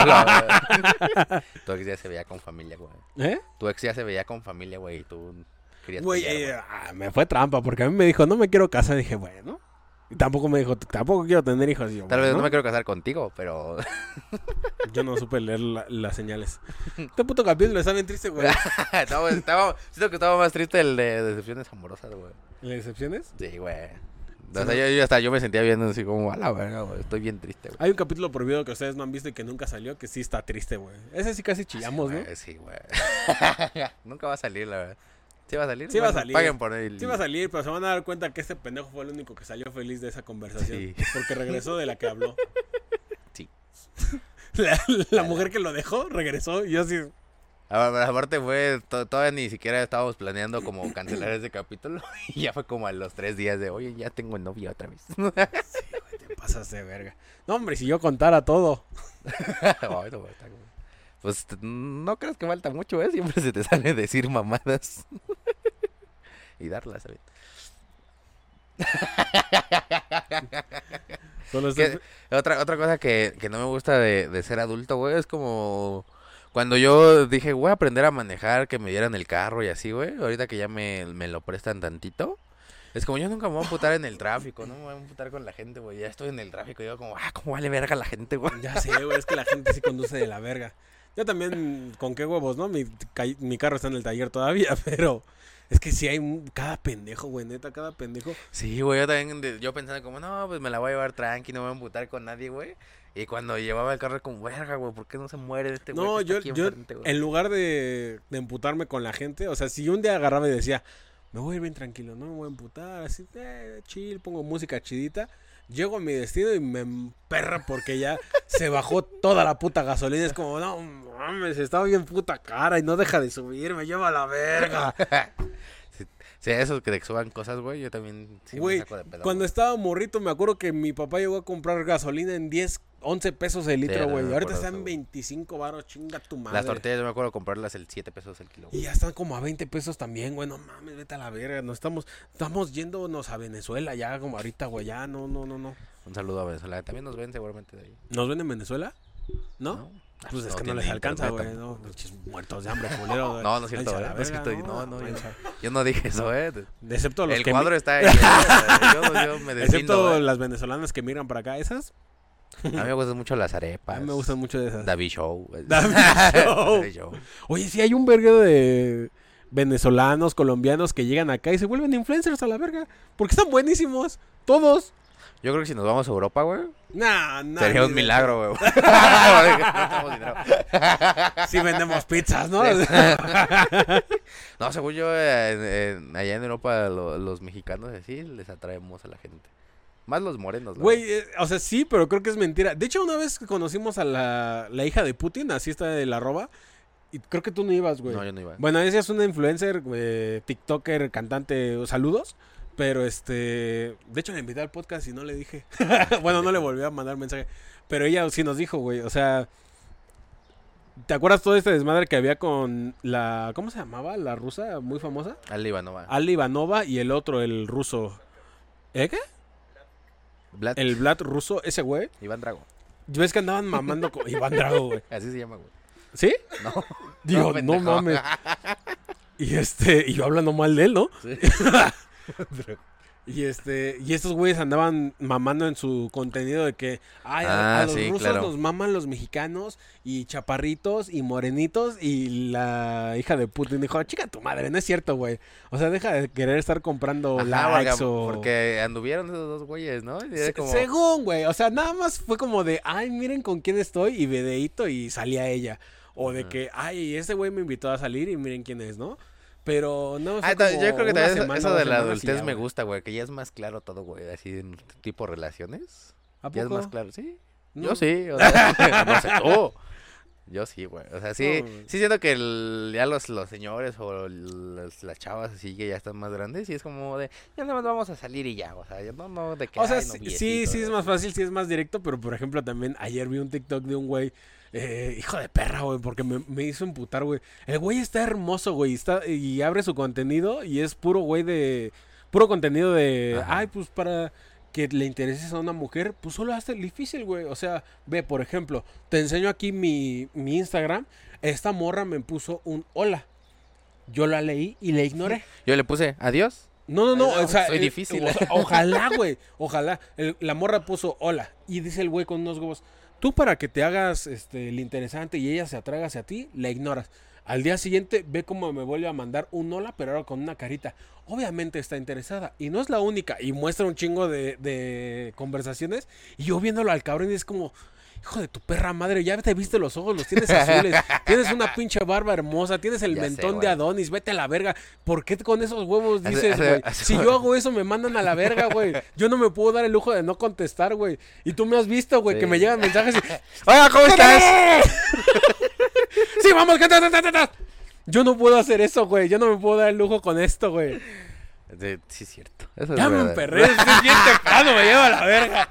Hola, tu ex ya se veía con familia, güey. ¿Eh? Tu ex ya se veía con familia, güey, y tú querías Güey, pelear, eh, güey. ah, me fue trampa porque a mí me dijo, no me quiero casar. Dije, bueno. Y tampoco me dijo, tampoco quiero tener hijos. Y yo, Tal vez bueno. no me quiero casar contigo, pero... Yo no supe leer la- las señales. Este puto capítulo está bien triste, güey. no, güey, estaba... Siento que estaba más triste el de decepciones amorosas, güey. ¿Las excepciones? Sí, güey. Sí, O sea, ¿no? yo, yo hasta yo me sentía viendo así como, a la verga, güey, estoy bien triste, güey. Hay un capítulo prohibido que ustedes no han visto y que nunca salió, que sí está triste, güey. Ese sí casi chillamos, ¿no? Güey, sí, güey. Nunca va a salir, la verdad. ¿Sí va a salir? Sí va a Bueno, salir. Paguen por él. Sí va a salir, pero se van a dar cuenta que este pendejo fue el único que salió feliz de esa conversación. Sí. Porque regresó de la que habló. Sí. La, la mujer que lo dejó regresó y yo así... A- a- Aparte fue, to- todavía ni siquiera estábamos planeando como cancelar ese capítulo. Y ya fue como a los tres días de, oye, ya tengo novia otra vez. Te pasas de verga. No, hombre, si yo contara todo. Ay, no, güey, está como- Pues t- no crees que falta mucho, ¿eh? Siempre se te sale decir mamadas. Y darlas, ¿sabes? Solo Que- estás- otra, otra cosa que, que no me gusta de, de ser adulto, güey, es como... Cuando yo dije, voy a aprender a manejar, que me dieran el carro y así, güey. Ahorita que ya me, me lo prestan tantito. Es como yo nunca me voy a amputar en el tráfico, no me voy a amputar con la gente, güey. Ya estoy en el tráfico y yo como, ah, cómo vale verga la gente, güey. Ya sé, güey, es que la gente sí conduce de la verga. Yo también, con qué huevos, ¿no? Mi, ca- mi carro está en el taller todavía, pero... Es que sí hay un- cada pendejo, güey, neta, cada pendejo. Sí, güey, yo también, de- yo pensando como, no, pues me la voy a llevar tranqui, no me voy a amputar con nadie, güey. Y cuando llevaba el carro como, verga, güey, ¿por qué no se muere este güey? No, que está yo, aquí yo enfrente, güey?" en lugar de, de emputarme con la gente, o sea, si un día agarraba y decía, me voy a ir bien tranquilo, no me voy a emputar, así, eh, chill, pongo música chidita. Llego a mi destino y me emperra porque ya se bajó toda la puta gasolina. Es como, no mames, estaba bien puta cara y no deja de subir, me lleva a la verga. Sí, sí, eso que te suban cosas, güey, yo también sí güey, me saco de pedo. Cuando güey. estaba morrito me acuerdo que mi papá llegó a comprar gasolina en diez, once pesos el litro, güey. Sí, Y ahorita eso, están veinticinco baros, chinga tu madre. Las tortillas yo me acuerdo comprarlas el siete pesos el kilo. Y ya están como a veinte pesos también, güey. No mames, vete a la verga. Nos estamos, estamos yéndonos a Venezuela ya como ahorita, güey. Ya, no, no, no, no. Un saludo a Venezuela. También nos ven seguramente de ahí. ¿Nos ven en Venezuela? ¿No? ¿No? Pues Ah, es no que no tiene les alcanza, güey. internet No, tampoco. pinches muertos de hambre, culero, güey. No, no es cierto, Váyanse a eh, la no es verga, cierto. No, no, yo, váyanse a- yo no dije eso, eh. Excepto los El que cuadro mi- está ahí. eh, yo, yo me Excepto deslindo, eh. las venezolanas que migran para acá, esas. A mí me gustan mucho las arepas. A mí me gustan mucho de esas. David Show. David Show. David Show. Oye, sí hay un verguero de venezolanos, colombianos que llegan acá y se vuelven influencers a la verga. Porque están buenísimos. Todos. Yo creo que si nos vamos a Europa, güey, Nah, nah, sería un ni de- milagro, güey. No tenemos dinero. Sí vendemos pizzas, ¿no? No, según yo, en- en- allá en Europa, lo- los mexicanos así les atraemos a la gente. Más los morenos, ¿no? Güey, eh, o sea, sí, pero creo que es mentira. De hecho, una vez conocimos a la, la hija de Putin, así está de la arroba. Y creo que tú no ibas, güey. No, yo no iba. Bueno, ella es una influencer, eh, TikToker, cantante, saludos. Pero este, de hecho le invité al podcast y no le dije. Bueno, no le volví a mandar mensaje. Pero ella sí nos dijo, güey. O sea, ¿te acuerdas todo este desmadre que había con la, ¿cómo se llamaba? La rusa muy famosa. Al Ivanova. Ali Ivanova y el otro, el ruso. ¿Eh qué? Vlad. El Vlad ruso, ese güey. Iván Drago. ¿Ves que andaban mamando con Iván Drago, güey? Así se llama, güey. ¿Sí? No. Digo, no, pendejo. mames. Y este, y yo hablando mal de él, ¿no? Sí. Y este, y estos güeyes andaban mamando en su contenido de que ay, a, Ah, a los sí, rusos claro. nos maman los mexicanos y chaparritos y morenitos y la hija de Putin dijo, chica tu madre, no es cierto, güey. O sea, deja de querer estar comprando Ajá, likes porque, o... porque anduvieron esos dos güeyes, ¿no? Y era Se- como... Según, güey, o sea, nada más fue como de, ay, miren con quién estoy y videíto y salía ella. O de Ajá. que, ay, este güey me invitó a salir y miren quién es, ¿no? Pero no, fue Ah, ta- como yo creo que una también eso, semana, eso dos de la semanas y adultez ya, me güey. gusta, güey, que ya es más claro todo, güey, así en tipo relaciones. ¿A Ya es poco? más claro, sí. No. Yo sí, o sea, no sé tú. Yo sí, güey. O sea, sí, No. sí siento que el- ya los, los señores o los- las chavas así que ya están más grandes y es como de, ya nada más vamos a salir y ya, o sea, ya no, no, de que O sea, ay, sí, sí, noviecito, sí es de- más fácil, sí es más directo, pero por ejemplo también ayer vi un TikTok de un güey, eh, hijo de perra, güey, porque me, me hizo emputar, güey. El güey está hermoso, güey, está, y abre su contenido y es puro güey de, puro contenido de, Ajá. ay, pues para que le intereses a una mujer, pues solo hazte el difícil, güey. O sea, ve, por ejemplo, te enseño aquí mi, mi Instagram, esta morra me puso un hola. Yo la leí y le ignoré. Yo le puse, adiós. No, no, no, Ay, no, o sea, soy eh, difícil. o sea, ojalá, güey, ojalá. El- la morra puso hola y dice el güey con unos huevos, tú para que te hagas este el interesante y ella se atraiga hacia ti, la ignoras. Al día siguiente ve cómo me vuelve a mandar un hola, pero ahora con una carita. Obviamente está interesada y no es la única y muestra un chingo de, de conversaciones y yo viéndolo al cabrón y es como... Hijo de tu perra madre, ya te viste los ojos, los tienes azules, tienes una pinche barba hermosa, tienes el Ya sé, mentón de güey. Adonis, vete a la verga. ¿Por qué con esos huevos Hace- dices, hace- güey? hace- Si yo hago eso me mandan a la verga, güey. Yo no me puedo dar el lujo de no contestar, güey. Y tú me has visto, güey, Sí. que me llegan mensajes y... Hola, ¿cómo estás? Sí, vamos, que ta, ta, ta, ta, ta. Yo no puedo hacer eso, güey. Yo no me puedo dar el lujo con esto, güey. Sí, sí, es cierto. Eso es Ya me verdad. emperré, es bien temprano, me lleva a la verga.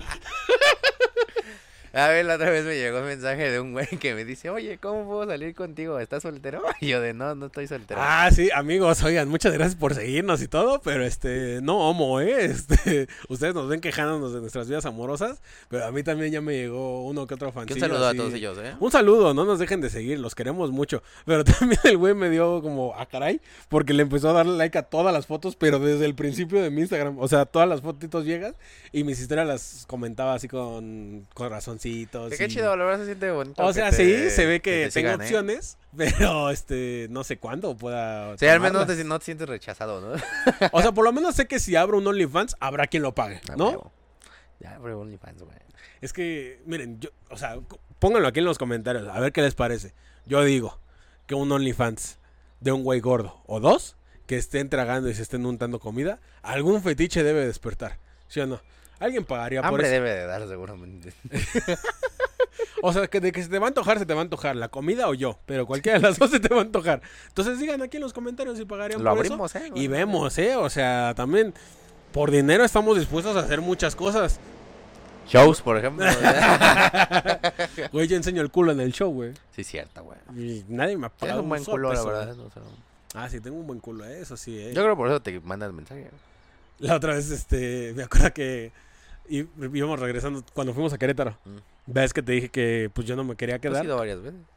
A ver, la otra vez me llegó un mensaje de un güey que me dice, oye, ¿cómo puedo salir contigo? ¿Estás soltero? Y yo de, no, no estoy soltero. Ah, sí, amigos, oigan, muchas gracias por seguirnos y todo, pero este, no homo, ¿eh? Este, ustedes nos ven quejándonos de nuestras vidas amorosas, pero a mí también ya me llegó uno que otro Que fancillo. un saludo así. a todos ellos, ¿eh? Un saludo, no nos dejen de seguir, los queremos mucho. Pero también el güey me dio como, ah, caray, porque le empezó a darle like a todas las fotos, pero desde el principio de mi Instagram. O sea, todas las fotitos viejas y mis historias las comentaba así con corazoncitos. Que qué y- chido, la verdad se siente bonito. O que sea, te- sí, se ve que, te tengo sigan, ¿eh? opciones, pero este, no sé cuándo pueda. Sí, al menos no tomarlas. te, no te sientes rechazado, ¿no? O sea, por lo menos sé que si abro un OnlyFans, habrá quien lo pague, Ah, ¿no? huevo. Ya, pero OnlyFans, güey. Es que, miren, yo, o sea, c- pónganlo aquí en los comentarios, a ver qué les parece. Yo digo que un OnlyFans de un güey gordo o dos, que estén tragando y se estén untando comida, algún fetiche debe despertar, ¿sí o no? Alguien pagaría Hambre por eso. debe de dar seguramente. O sea, que de que se te va a antojar, se te va a antojar, la comida o yo, pero cualquiera de las dos se te va a antojar. Entonces digan aquí en los comentarios si pagarían Lo por abrimos, eso. eh. Y vemos, ¿eh? O sea, también por dinero estamos dispuestos a hacer muchas cosas. Shows, por ejemplo. Güey, yo enseño el culo en el show, güey. Sí, cierto, güey. Y nadie me ha pagado Tienes un buen solo culo, la peso, verdad. güey. O sea, Ah, sí, tengo un buen culo, ¿eh? Eso sí, ¿eh? yo creo por eso te mandas mensaje. La otra vez, este, me acuerdo que í- íbamos regresando cuando fuimos a Querétaro. Mm. Ves que te dije que pues yo no me quería Tú has quedar, ido varias veces.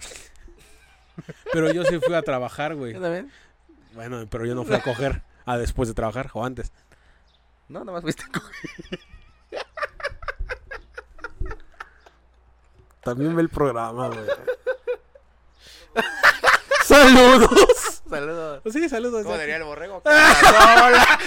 pero yo sí fui a trabajar, güey. ¿Yo también? Bueno, pero yo no fui a coger a después de trabajar o antes. No, nada más fuiste a coger. También ve el programa, güey. ¡Saludos! Saludos. Sí, saludos. ¿Cómo ya. diría el borrego? ¡Hola!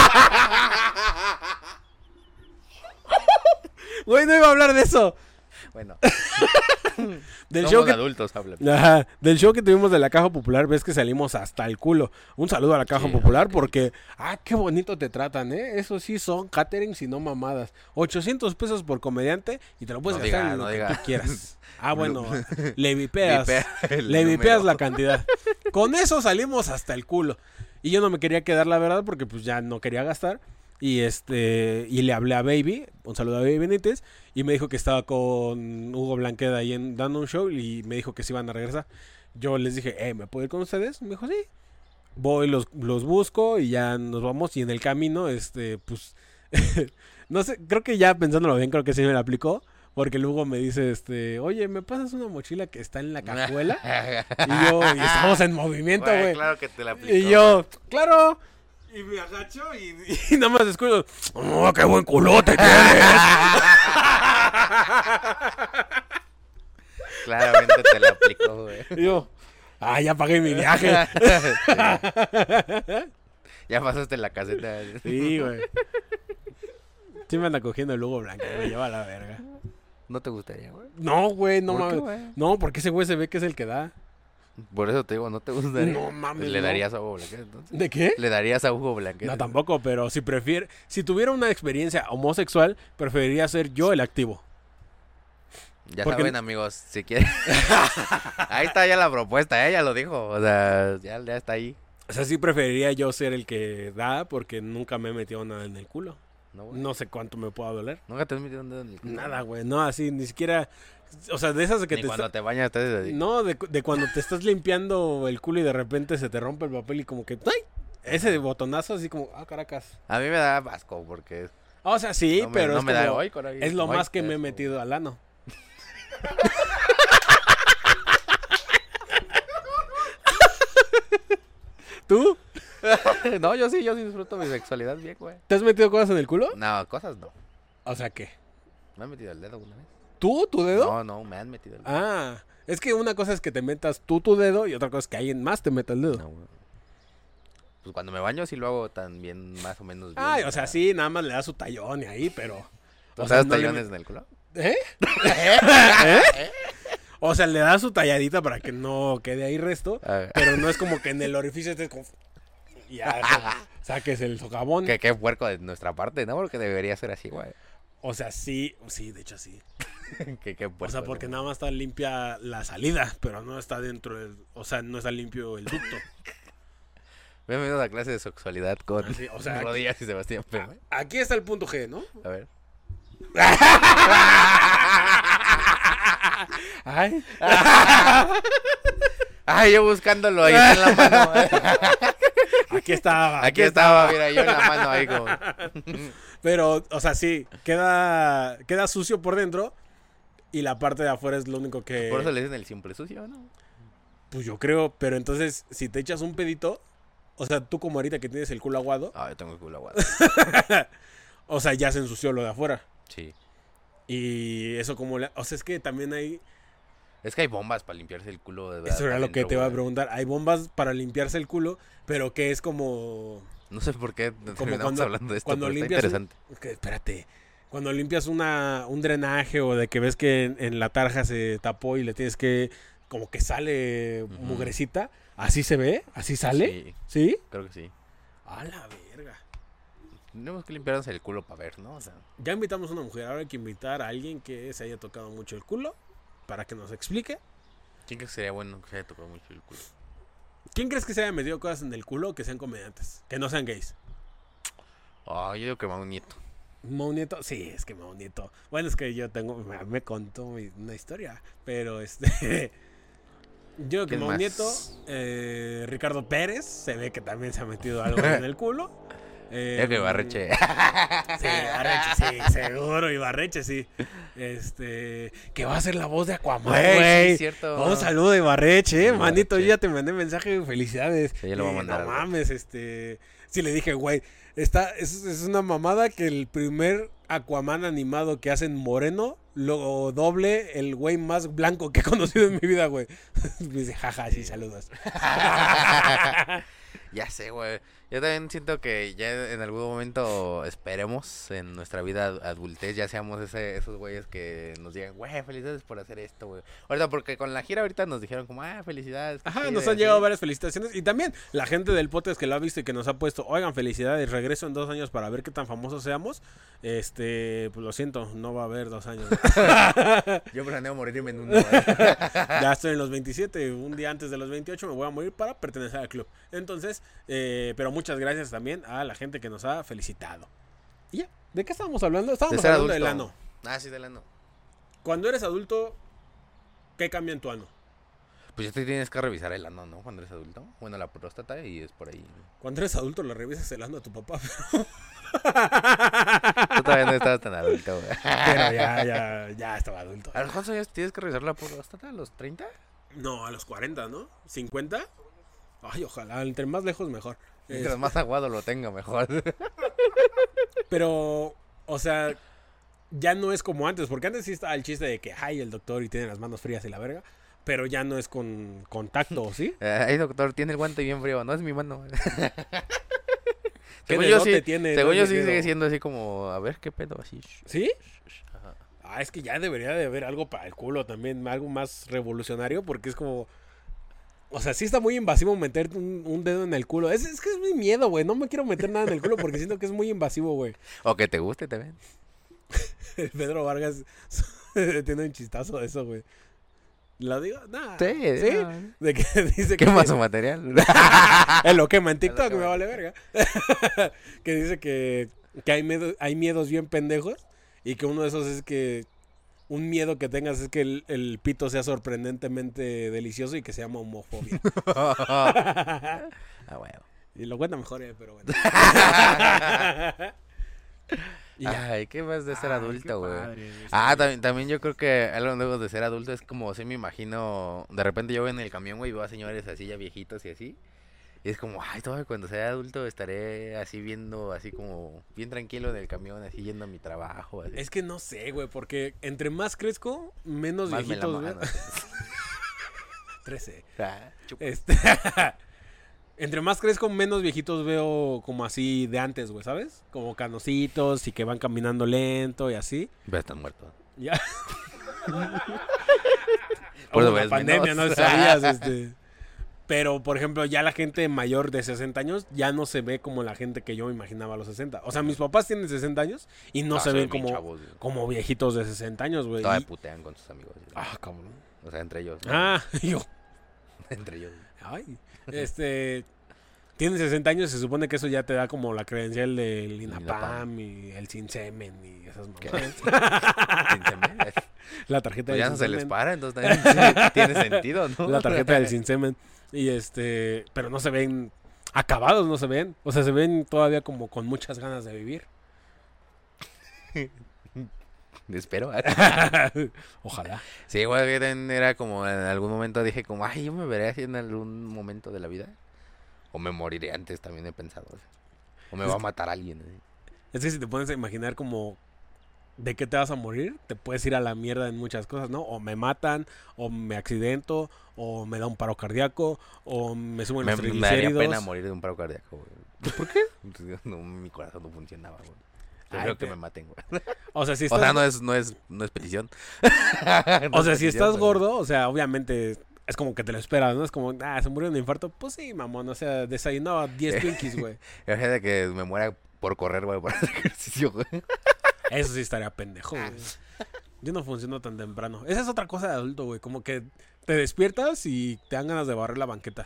Güey, no iba a hablar de eso. Bueno, Del somos show que adultos, hablan. Ajá, del show que tuvimos de la Caja Popular, ves que salimos hasta el culo. Un saludo a la Caja Sí, Popular ok. porque, ah, qué bonito te tratan, ¿eh? Eso sí son caterings y no mamadas. ochocientos pesos por comediante y te lo puedes No gastar diga, en lo no que diga. tú quieras. Ah, bueno, le vipeas, Vipea el le vipeas número. la cantidad. Con eso salimos hasta el culo. Y yo no me quería quedar, la verdad, porque pues ya no quería gastar. Y este y le hablé a Baby, un saludo a Baby Benítez, y me dijo que estaba con Hugo Blanqueda ahí en, dando un show y me dijo que se iban a regresar. Yo les dije, eh, ¿me puedo ir con ustedes? Me dijo, sí. Voy, los, los busco y ya nos vamos. Y en el camino, este, pues, no sé, creo que ya pensándolo bien, creo que sí me la aplicó. Porque luego me dice, este, oye, ¿me pasas una mochila que está en la cajuela? Y yo, y estamos en movimiento, Güey, güey. claro que te la aplicó. Y yo, claro. Y me agacho y, y nada más escucho, ¡oh, qué buen culote tienes! Claramente te la aplicó, güey. Y yo, ah, ya pagué mi viaje. Sí. Ya pasaste la caseta. Sí, güey. Sí me anda cogiendo el Hugo Blanco, me lleva a la verga. ¿No te gustaría, güey? No, güey, no ¿Por qué, mames. güey? No, porque ese güey se ve que es el que da. Por eso te digo, ¿no te gustaría? No mames, ¿Le no. darías a Hugo Blanquet entonces? ¿De qué? ¿Le darías a Hugo Blanquet? No, tampoco, pero si prefiere, si tuviera una experiencia homosexual, preferiría ser yo el activo. Ya Porque- saben, amigos, si quieren. Ahí está ya la propuesta, ella lo dijo. O sea, ya, ya está ahí. O sea, sí preferiría yo ser el que da porque nunca me he metido nada en el culo. No, güey. No sé cuánto me pueda doler. Nunca te has metido un dedo en el culo. Nada, güey, no, así, ni siquiera, o sea, de esas de que Ni te cuando está- te bañas te haces así. No, de, de cuando te estás limpiando el culo y de repente se te rompe el papel y como que, ¡ay! Ese botonazo así como, ah, caracas. A mí me da asco porque O sea, sí, no me, pero no es, me como- da hoy, coraje. es lo Ay, más que qué me he asco. metido al ano. ¿Tú? No, yo sí, yo sí disfruto mi sexualidad bien, güey. ¿Te has metido cosas en el culo? No, cosas no. O sea, ¿qué? Me han metido el dedo una vez. ¿Tú, tu dedo? No, no, me han metido el dedo. Ah, es que una cosa es que te metas tú tu dedo y otra cosa es que alguien más te meta el dedo. No, güey. Pues cuando me baño sí lo hago también más o menos bien. Ay, o sea, sí, nada más le das su tallón y ahí, pero... ¿Tú o sea, sabes no le tallones met- en el culo? ¿Eh? ¿Eh? O sea, le das su talladita para que no quede ahí resto, Ah, pero no es como que en el orificio estés como... y ya como saques el socavón. qué, qué puerco de nuestra parte, ¿no? Porque debería ser así, güey. O sea, sí, sí, de hecho sí. qué, qué O puerco. sea, porque ¿no? nada más está limpia la salida, pero no está dentro del... O sea, no está limpio el ducto. Bienvenidos a clase de sexualidad con Así, o sea, Rodillas y Sebastián Pérez. Aquí está el punto G, ¿no? A ver. Ay. Ay, yo buscándolo ahí está en la mano. Aquí estaba. Aquí estaba, mira, yo en la mano ahí como. Pero, o sea, sí, queda, queda sucio por dentro y la parte de afuera es lo único que... Por eso le dicen el simple sucio, ¿no? Pues yo creo, pero entonces, si te echas un pedito, o sea, tú como ahorita que tienes el culo aguado, Ah, yo tengo el culo aguado. o sea, ya se ensució lo de afuera. Sí. Y eso como... le- O sea, es que también hay... Es que hay bombas para limpiarse el culo de verdad. Eso era lo que adentro, te iba a güey. preguntar. Hay bombas para limpiarse el culo, pero que es como... No sé por qué Como terminamos cuando, hablando de esto, cuando pero está limpias... un- interesante. que, espérate. Cuando limpias una, un drenaje o de que ves que en, en la tarja se tapó y le tienes que... Como que sale Ujú. mugrecita. ¿Así se ve? ¿Así sale? Sí. ¿Sí? Creo que sí. A la verga. Tenemos que limpiarnos el culo para ver, ¿no? O sea, Ya invitamos a una mujer, ahora hay que invitar a alguien que se haya tocado mucho el culo para que nos explique. ¿quién crees que sería bueno que se haya tocado mucho el culo? ¿Quién crees que se haya metido cosas en el culo que sean comediantes? Que no sean gays. Oh, yo digo que Mau Nieto. Mau Nieto, sí, es que Mau Nieto. Bueno, es que yo tengo, me, me contó mi- una historia, pero este... Yo creo que ¿Quién Mau más? Nieto, eh, Ricardo Pérez, se ve que también se ha metido algo en el culo. Eh, Yo que Ibarreche. Sí, Ibarreche, sí, seguro, Ibarreche, sí. Este, que va a ser la voz de Aquaman, Güey, güey. sí, es cierto. Un saludo de Ibarreche, eh, Ibarreche. manito, yo ya te mandé mensaje, felicidades. Sí, ya lo voy a Eh, mandar, No güey. mames, este, sí le dije, güey, está, es, es una mamada que el primer Aquaman animado que hacen moreno lo doble el güey más blanco que he conocido en mi vida, güey. Me dice, jaja, sí, saludos. Ya sé, güey. Yo también siento que ya en algún momento esperemos en nuestra vida ad- adultez, ya seamos ese, esos güeyes que nos digan, güey, felicidades por hacer esto, güey. Ahorita, porque con la gira ahorita nos dijeron como, ah, felicidades. qué Ajá, chido, nos y han llegado así. varias felicitaciones. Y también la gente del podcast que lo ha visto y que nos ha puesto, oigan, felicidades, regreso en dos años para ver qué tan famosos seamos. Este, pues lo siento, no va a haber dos años. Yo planeo morirme en uno. güey. Ya estoy en los veintisiete, un día antes de los veintiocho me voy a morir para pertenecer al club. Entonces, eh, pero muchas gracias también a la gente que nos ha felicitado. Y ya, ¿de qué estábamos hablando? Estábamos De ser hablando adulto. del ano. Ah, sí, del ano. Cuando eres adulto, ¿qué cambia en tu ano? Pues ya te tienes que revisar el ano, ¿no? Cuando eres adulto. Bueno, la próstata y es por ahí. Cuando eres adulto le revisas el ano a tu papá. Tú todavía no estabas tan adulto, güey. Pero ya, ya, ya estaba adulto. ¿A los cuántos años tienes que revisar la próstata? ¿A los treinta? No, a los cuarenta, ¿no? ¿cincuenta? Ay, ojalá, entre más lejos mejor. Mientras Es- más aguado lo tenga, mejor. Pero, o sea, ya no es como antes, porque antes sí estaba el chiste de que, ay, el doctor y tiene las manos frías y la verga, pero ya no es con contacto, ¿sí? Ay, doctor, tiene el guante bien frío. No es mi mano. ¿Qué según yo dedote sí, tiene, según no yo es sí dedo? sigue siendo así como, a ver qué pedo, así. ¿Sí? Ajá. Ah, es que ya debería de haber algo para el culo también, algo más revolucionario, porque es como... O sea, sí está muy invasivo meter un, un dedo en el culo. Es, es que es mi miedo, güey. No me quiero meter nada en el culo porque siento que es muy invasivo, güey. O que te guste también. El Pedro Vargas tiene un chistazo de eso, güey. ¿Lo digo? Nah. Sí, ¿Sí? no. De que dice ¿Qué que... más su material? Él lo quema en TikTok, quema me en vale verga. Que dice que, que hay, miedo- hay miedos bien pendejos y que uno de esos es que un miedo que tengas es que el, el pito sea sorprendentemente delicioso y que se llama homofobia. Ah, bueno. Y lo cuenta mejor, eh, pero bueno. Y ya. Ay, ¿qué más de ser Ay, adulto, qué güey? padre, este, Ah, también, también yo creo que algo nuevo de ser adulto es como, sí me imagino, de repente yo voy en el camión, güey, y veo a señores así ya viejitos y así. Y es como, ay, todavía cuando sea adulto estaré así viendo, así como, bien tranquilo en el camión, así yendo a mi trabajo, así. Es que no sé, güey, porque entre más crezco, menos Más me la viejitos veo. mano. trece. Ah, chupa. Este... Entre más crezco, menos viejitos veo como así de antes, güey, ¿sabes? Como canositos y que van caminando lento y así. Pero están muertos. Ya. Por Hubo eso una ves pandemia, menos. no sabías, este. Pero, por ejemplo, ya la gente mayor de sesenta años ya no se ve como la gente que yo me imaginaba a los sesenta. O sea, mis papás tienen sesenta años y no Ah, se se ven ven bien como, chavos, güey. como viejitos de sesenta años, güey. Todavía Y- putean con sus amigos. güey. Ah, cabrón. O sea, entre ellos. ¿no? Ah, yo. Entre ellos. Ay, este... Tienes sesenta años, se supone que eso ya te da como la credencial del INAPAM y el sin semen y esas ¿Qué? mamadas. Sin semen. La tarjeta Pues del ya no sin se les semen. para, entonces también tiene sentido, ¿no? La tarjeta del sin semen. Y este, pero no se ven acabados, no se ven. O sea, se ven todavía como con muchas ganas de vivir. Espero. Ojalá. Sí, güey, yo también era como en algún momento dije como, ay, yo me veré así en algún momento de la vida. O me moriré antes, también he pensado. o sea, O me Es va a que- matar alguien. así. Es que si te pones a imaginar como de qué te vas a morir, te puedes ir a la mierda en muchas cosas, ¿no? O me matan, o me accidento, o me da un paro cardíaco, o me suben Me, los me daría triglicéridos. pena morir de un paro cardíaco, güey. ¿Por qué? No, mi corazón no funcionaba, güey. Ay, Prefiero que te- me maten, güey. O sea, si O estás, sea, no es, no es, no es petición. o No sea, es si petición, estás pero- gordo, o sea, obviamente es como que te lo esperas, ¿no? Es como, ah, se murió de un infarto. Pues sí, mamón, o sea, desayunaba diez Twinkies, güey. Imagínate que me muera por correr, güey, por hacer ejercicio, güey. Eso sí estaría pendejo, güey. Yo no funciono tan temprano. Esa es otra cosa de adulto, güey. Como que te despiertas y te dan ganas de barrer la banqueta.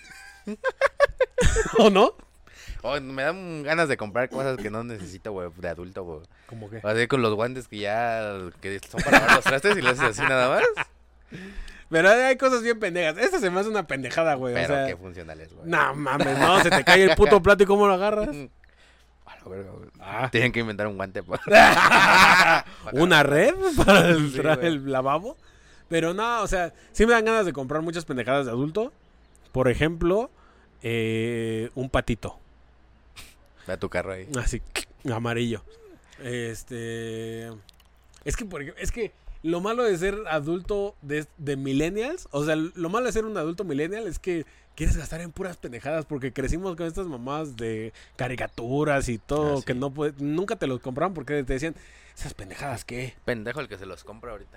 ¿O no? Oh, me dan ganas de comprar cosas que no necesito, güey, de adulto, güey. ¿Cómo qué? Así con los guantes que ya que son para lavar los trastes y lo haces así nada más. Pero hay cosas bien pendejas. Esta se me hace una pendejada, güey. Pero o sea, qué funcionales, güey. No mames, no, se te cae el puto plato y cómo lo agarras. A la verga, güey. Ah. Tienen que inventar un guante pues. ¿Una red para Sí, entrar güey. el lavabo? Pero no, o sea, sí me dan ganas de comprar muchas pendejadas de adulto. Por ejemplo, eh, un patito. Ve a tu carro ahí. Así, amarillo. Este. Es que, por ejemplo, es que lo malo de ser adulto de, de millennials, o sea, lo malo de ser un adulto millennial es que quieres gastar en puras pendejadas porque crecimos con estas mamás de caricaturas y todo, Ah, sí. que no puede, nunca te los compraban porque te decían, esas pendejadas, ¿qué? Pendejo el que se los compra ahorita.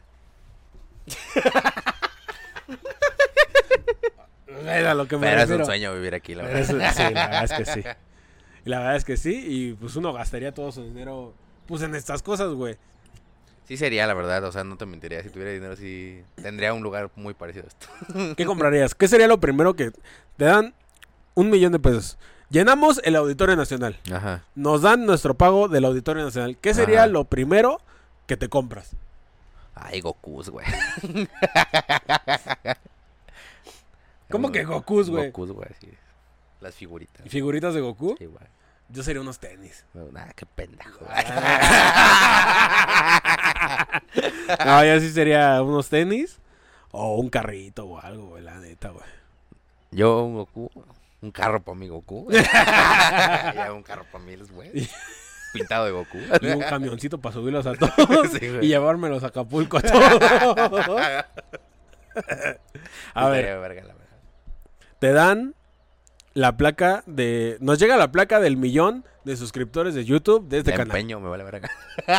Era lo que me Pero es refiero. un sueño vivir aquí, la Pero verdad. eso- sí, la verdad es que sí. Y la verdad es que sí, y pues uno gastaría todo su dinero pues en estas cosas, güey. Sí sería, la verdad, o sea, no te mentiría. Si tuviera dinero, sí tendría un lugar muy parecido a esto. ¿Qué comprarías? ¿Qué sería lo primero que te dan un millón de pesos? Llenamos el Auditorio Nacional. Ajá. Nos dan nuestro pago del Auditorio Nacional. ¿Qué sería Ajá. lo primero que te compras? Ay, Gokus, güey. ¿Cómo que Gokus, güey? Gokus, güey, sí. Las figuritas. ¿Y figuritas de Goku? Sí, güey. Yo sería unos tenis. No, nada, qué pendejo. No, yo sí sería unos tenis o un carrito o algo, güey, la neta, güey. Yo, un Goku. Un carro para mi Goku. Ya un carro para mí, güey. Pintado de Goku. Y un camioncito para subirlos a todos Sí, güey. y llevármelos a Acapulco a todos. A ver, Estaría verga, la verdad. te dan la placa de... Nos llega la placa del millón de suscriptores de YouTube de este Me canal. empeño, me vale verga.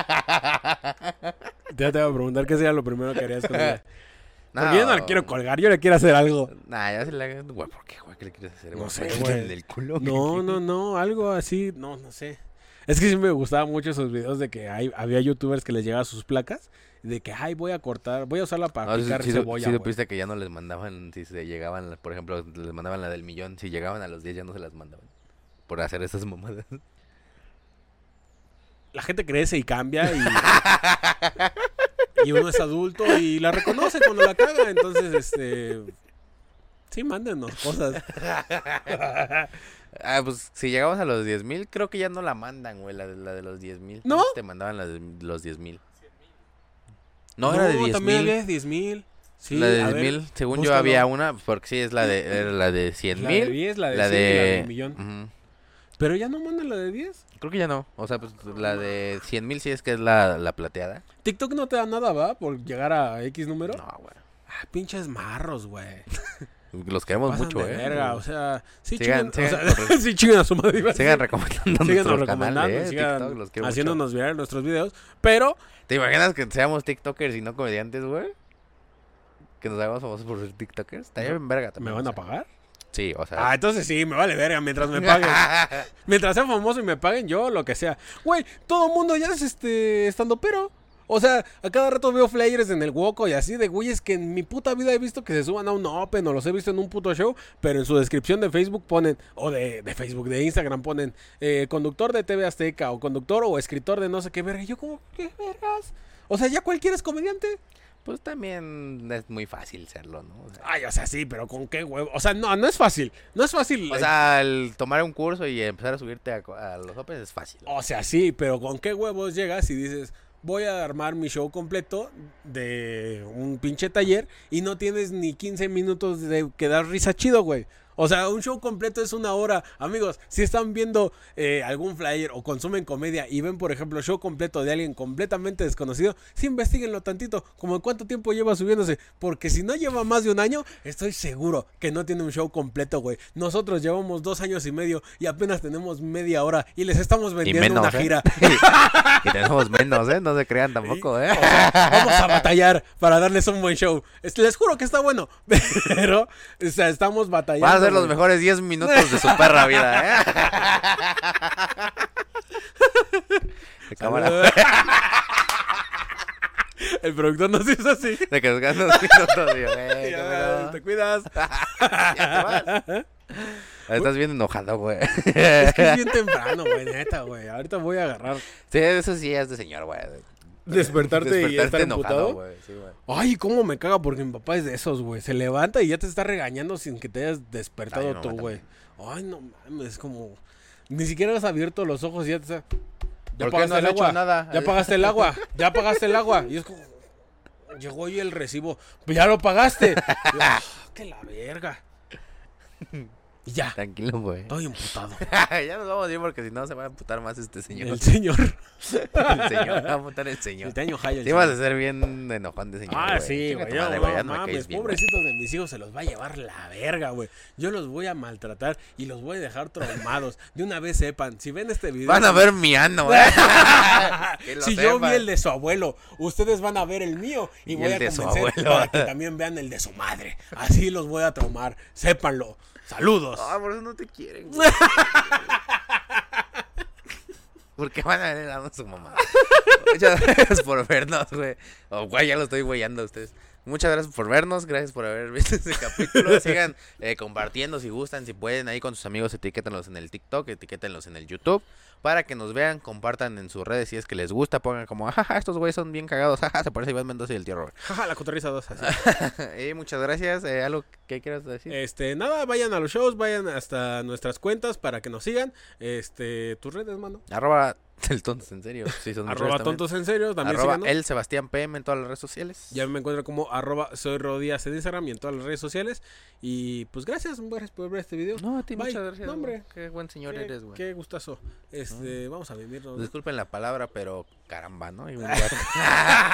Ya te voy a preguntar qué sería lo primero que harías con ella. No. Porque yo no la quiero colgar, yo le quiero hacer algo. Nah, ya se le haga. Güey, ¿por qué, güey? ¿Qué le quieres hacer? No güey? sé, ¿Ponerte güey. en el culo? No, no, no, algo así, no, no sé. Es que sí me gustaban mucho esos videos de que hay, había youtubers que les llegaban sus placas. De que, ay, voy a cortar, voy a usarla para No, sí, picar sí, cebolla, sí güey. supiste que ya no les mandaban, si se llegaban, por ejemplo, les mandaban la del millón, si llegaban a los diez ya no se las mandaban. Por hacer esas mamadas. La gente crece y cambia y... y uno es adulto y la reconoce cuando la caga. Entonces, este... Sí, mándenos cosas. Ah, pues si llegamos a los diez mil, creo que ya no la mandan, güey, la de, la de los diez mil. ¿No? Te mandaban la de los diez mil. No, era de diez también mil. había diez mil. Sí, la de a diez ver, mil, según yo búscalo. había una, porque sí es la de, era la de cien La de mil. diez, la de La cien y la de... del millón. Ujú. Pero ya no mandan la de diez. Creo que ya no. O sea, pues la de cien mil sí es que es la, la plateada. TikTok no te da nada, ¿va? Por llegar a X número. No, güey. Ah, pinches marros, güey. Los queremos Pasan mucho, de eh. verga, o sea, sí Sigan- chingan, sigan o sea, corre- sí chingan a su madre. iba a Sigan decir. recomendando Síganos nuestro recomendando, canal, eh. sigan TikTok, los quiero mucho. haciéndonos viral nuestros videos, pero ¿Te imaginas que seamos TikTokers y no comediantes, güey? Que nos hagamos famosos por ser TikTokers. Estaría bien verga ¿me también. van o a sea. pagar? Sí, o sea. Ah, entonces sí, me vale verga mientras me paguen. Mientras sea famoso y me paguen, yo lo que sea. Güey, todo mundo ya es este estando pero. O sea, a cada rato veo flyers en el Woco y así de güeyes que en mi puta vida he visto que se suban a un Open o los he visto en un puto show, pero en su descripción de Facebook ponen, o de, de Facebook, de Instagram ponen, eh, conductor de T V Azteca o conductor o escritor de no sé qué verga. Y yo como, ¿qué vergas? O sea, ya cualquiera es comediante. Pues también es muy fácil serlo, ¿no? O sea, Ay, o sea, sí, pero ¿con qué huevo? O sea, no, no es fácil. No es fácil. o eh, sea, el tomar un curso y empezar a subirte a, a los Opens es fácil. O sea, sí, pero ¿con qué huevos llegas y dices, voy a armar mi show completo de un pinche taller y no tienes ni quince minutos de que dar risa chido, güey? O sea, un show completo es una hora. Amigos, si están viendo eh, algún flyer o consumen comedia y ven, por ejemplo, show completo de alguien completamente desconocido, sí investiguenlo tantito, como cuánto tiempo lleva subiéndose. Porque si no lleva más de un año, estoy seguro que no tiene un show completo, güey. Nosotros llevamos dos años y medio y apenas tenemos media hora y les estamos vendiendo menos, una gira. ¿eh? Y tenemos menos, ¿eh? No se crean tampoco, ¿eh? O sea, vamos a batallar para darles un buen show. Les juro que está bueno, pero, o sea, estamos batallando. Van a ser los güey. mejores diez minutos de su perra vida, ¿eh? De cámara. El productor nos hizo así. De que nos ganan unos minutos, tío. Eh, ya, te cuidas. Ya te vas. Estás bien enojado, güey. Es que es bien temprano, güey, neta, güey. Ahorita voy a agarrar. Sí, eso sí es de señor, güey. Despertarte, Despertarte y estar enojado, emputado. Güey. Sí, güey. Ay, cómo me caga porque mi papá es de esos, güey. Se levanta y ya te está regañando sin que te hayas despertado Ay, no, tú, güey. Ay, no mames, es como... Ni siquiera has abierto los ojos y ya te está... Ya apagaste no el agua. Nada? Ya apagaste el agua. Ya apagaste el agua. Y es como... Llegó hoy el recibo. Pues ya lo pagaste. Y, oh, ¡qué la verga! Y ya. Tranquilo, güey. Estoy emputado. Ya nos vamos a ir porque si no se va a emputar más este señor. El señor. El señor. Va a emputar el señor. El año Jaya. Sí, vas a ser bien enojón de señor. Ah, wey. sí, güey. No, no, no mames, pobrecitos de mis hijos se los va a llevar la verga, güey. Yo los voy a maltratar y los voy a dejar traumados. De una vez sepan, si ven este video. Van a ver mi ano, güey. Si sepan. Yo vi el de su abuelo, ustedes van a ver el mío y, y voy a convencer para que también vean el de su madre. Así los voy a traumar. Sépanlo. Saludos. Ah, por eso no te quieren, güey. Porque van a ver a su mamá. Muchas gracias por vernos, güey. Oh, güey, ya lo estoy güeyando a ustedes. Muchas gracias por vernos, gracias por haber visto este capítulo. Sigan eh, compartiendo si gustan, si pueden, ahí con sus amigos, etiquétenlos en el TikTok, etiquétenlos en el YouTube, para que nos vean, compartan en sus redes si es que les gusta, pongan como, jaja, estos güeyes son bien cagados, jaja, se parece a Iván Mendoza y el tío Robert. Jaja, la cotorriza dos, así. Y muchas gracias, eh, ¿algo que quieras decir? Este, nada, vayan a los shows, vayan hasta nuestras cuentas para que nos sigan, este, tus redes, mano. Arroba el tontos en serio. Sí, son arroba tontos en serio. También arroba síganos. el Sebastián P M en todas las redes sociales. Ya me encuentro como arroba soy Rodíaz en Instagram y en todas las redes sociales. Y pues gracias, gracias por ver este video. No, a ti Bye. muchas gracias. No, hombre. Qué buen señor qué, eres, güey. Qué gustazo. Este, no. Vamos a vivirnos. Disculpen la palabra, pero caramba, ¿no? Y un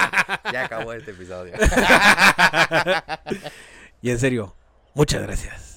ya acabó este episodio. Y en serio, muchas gracias.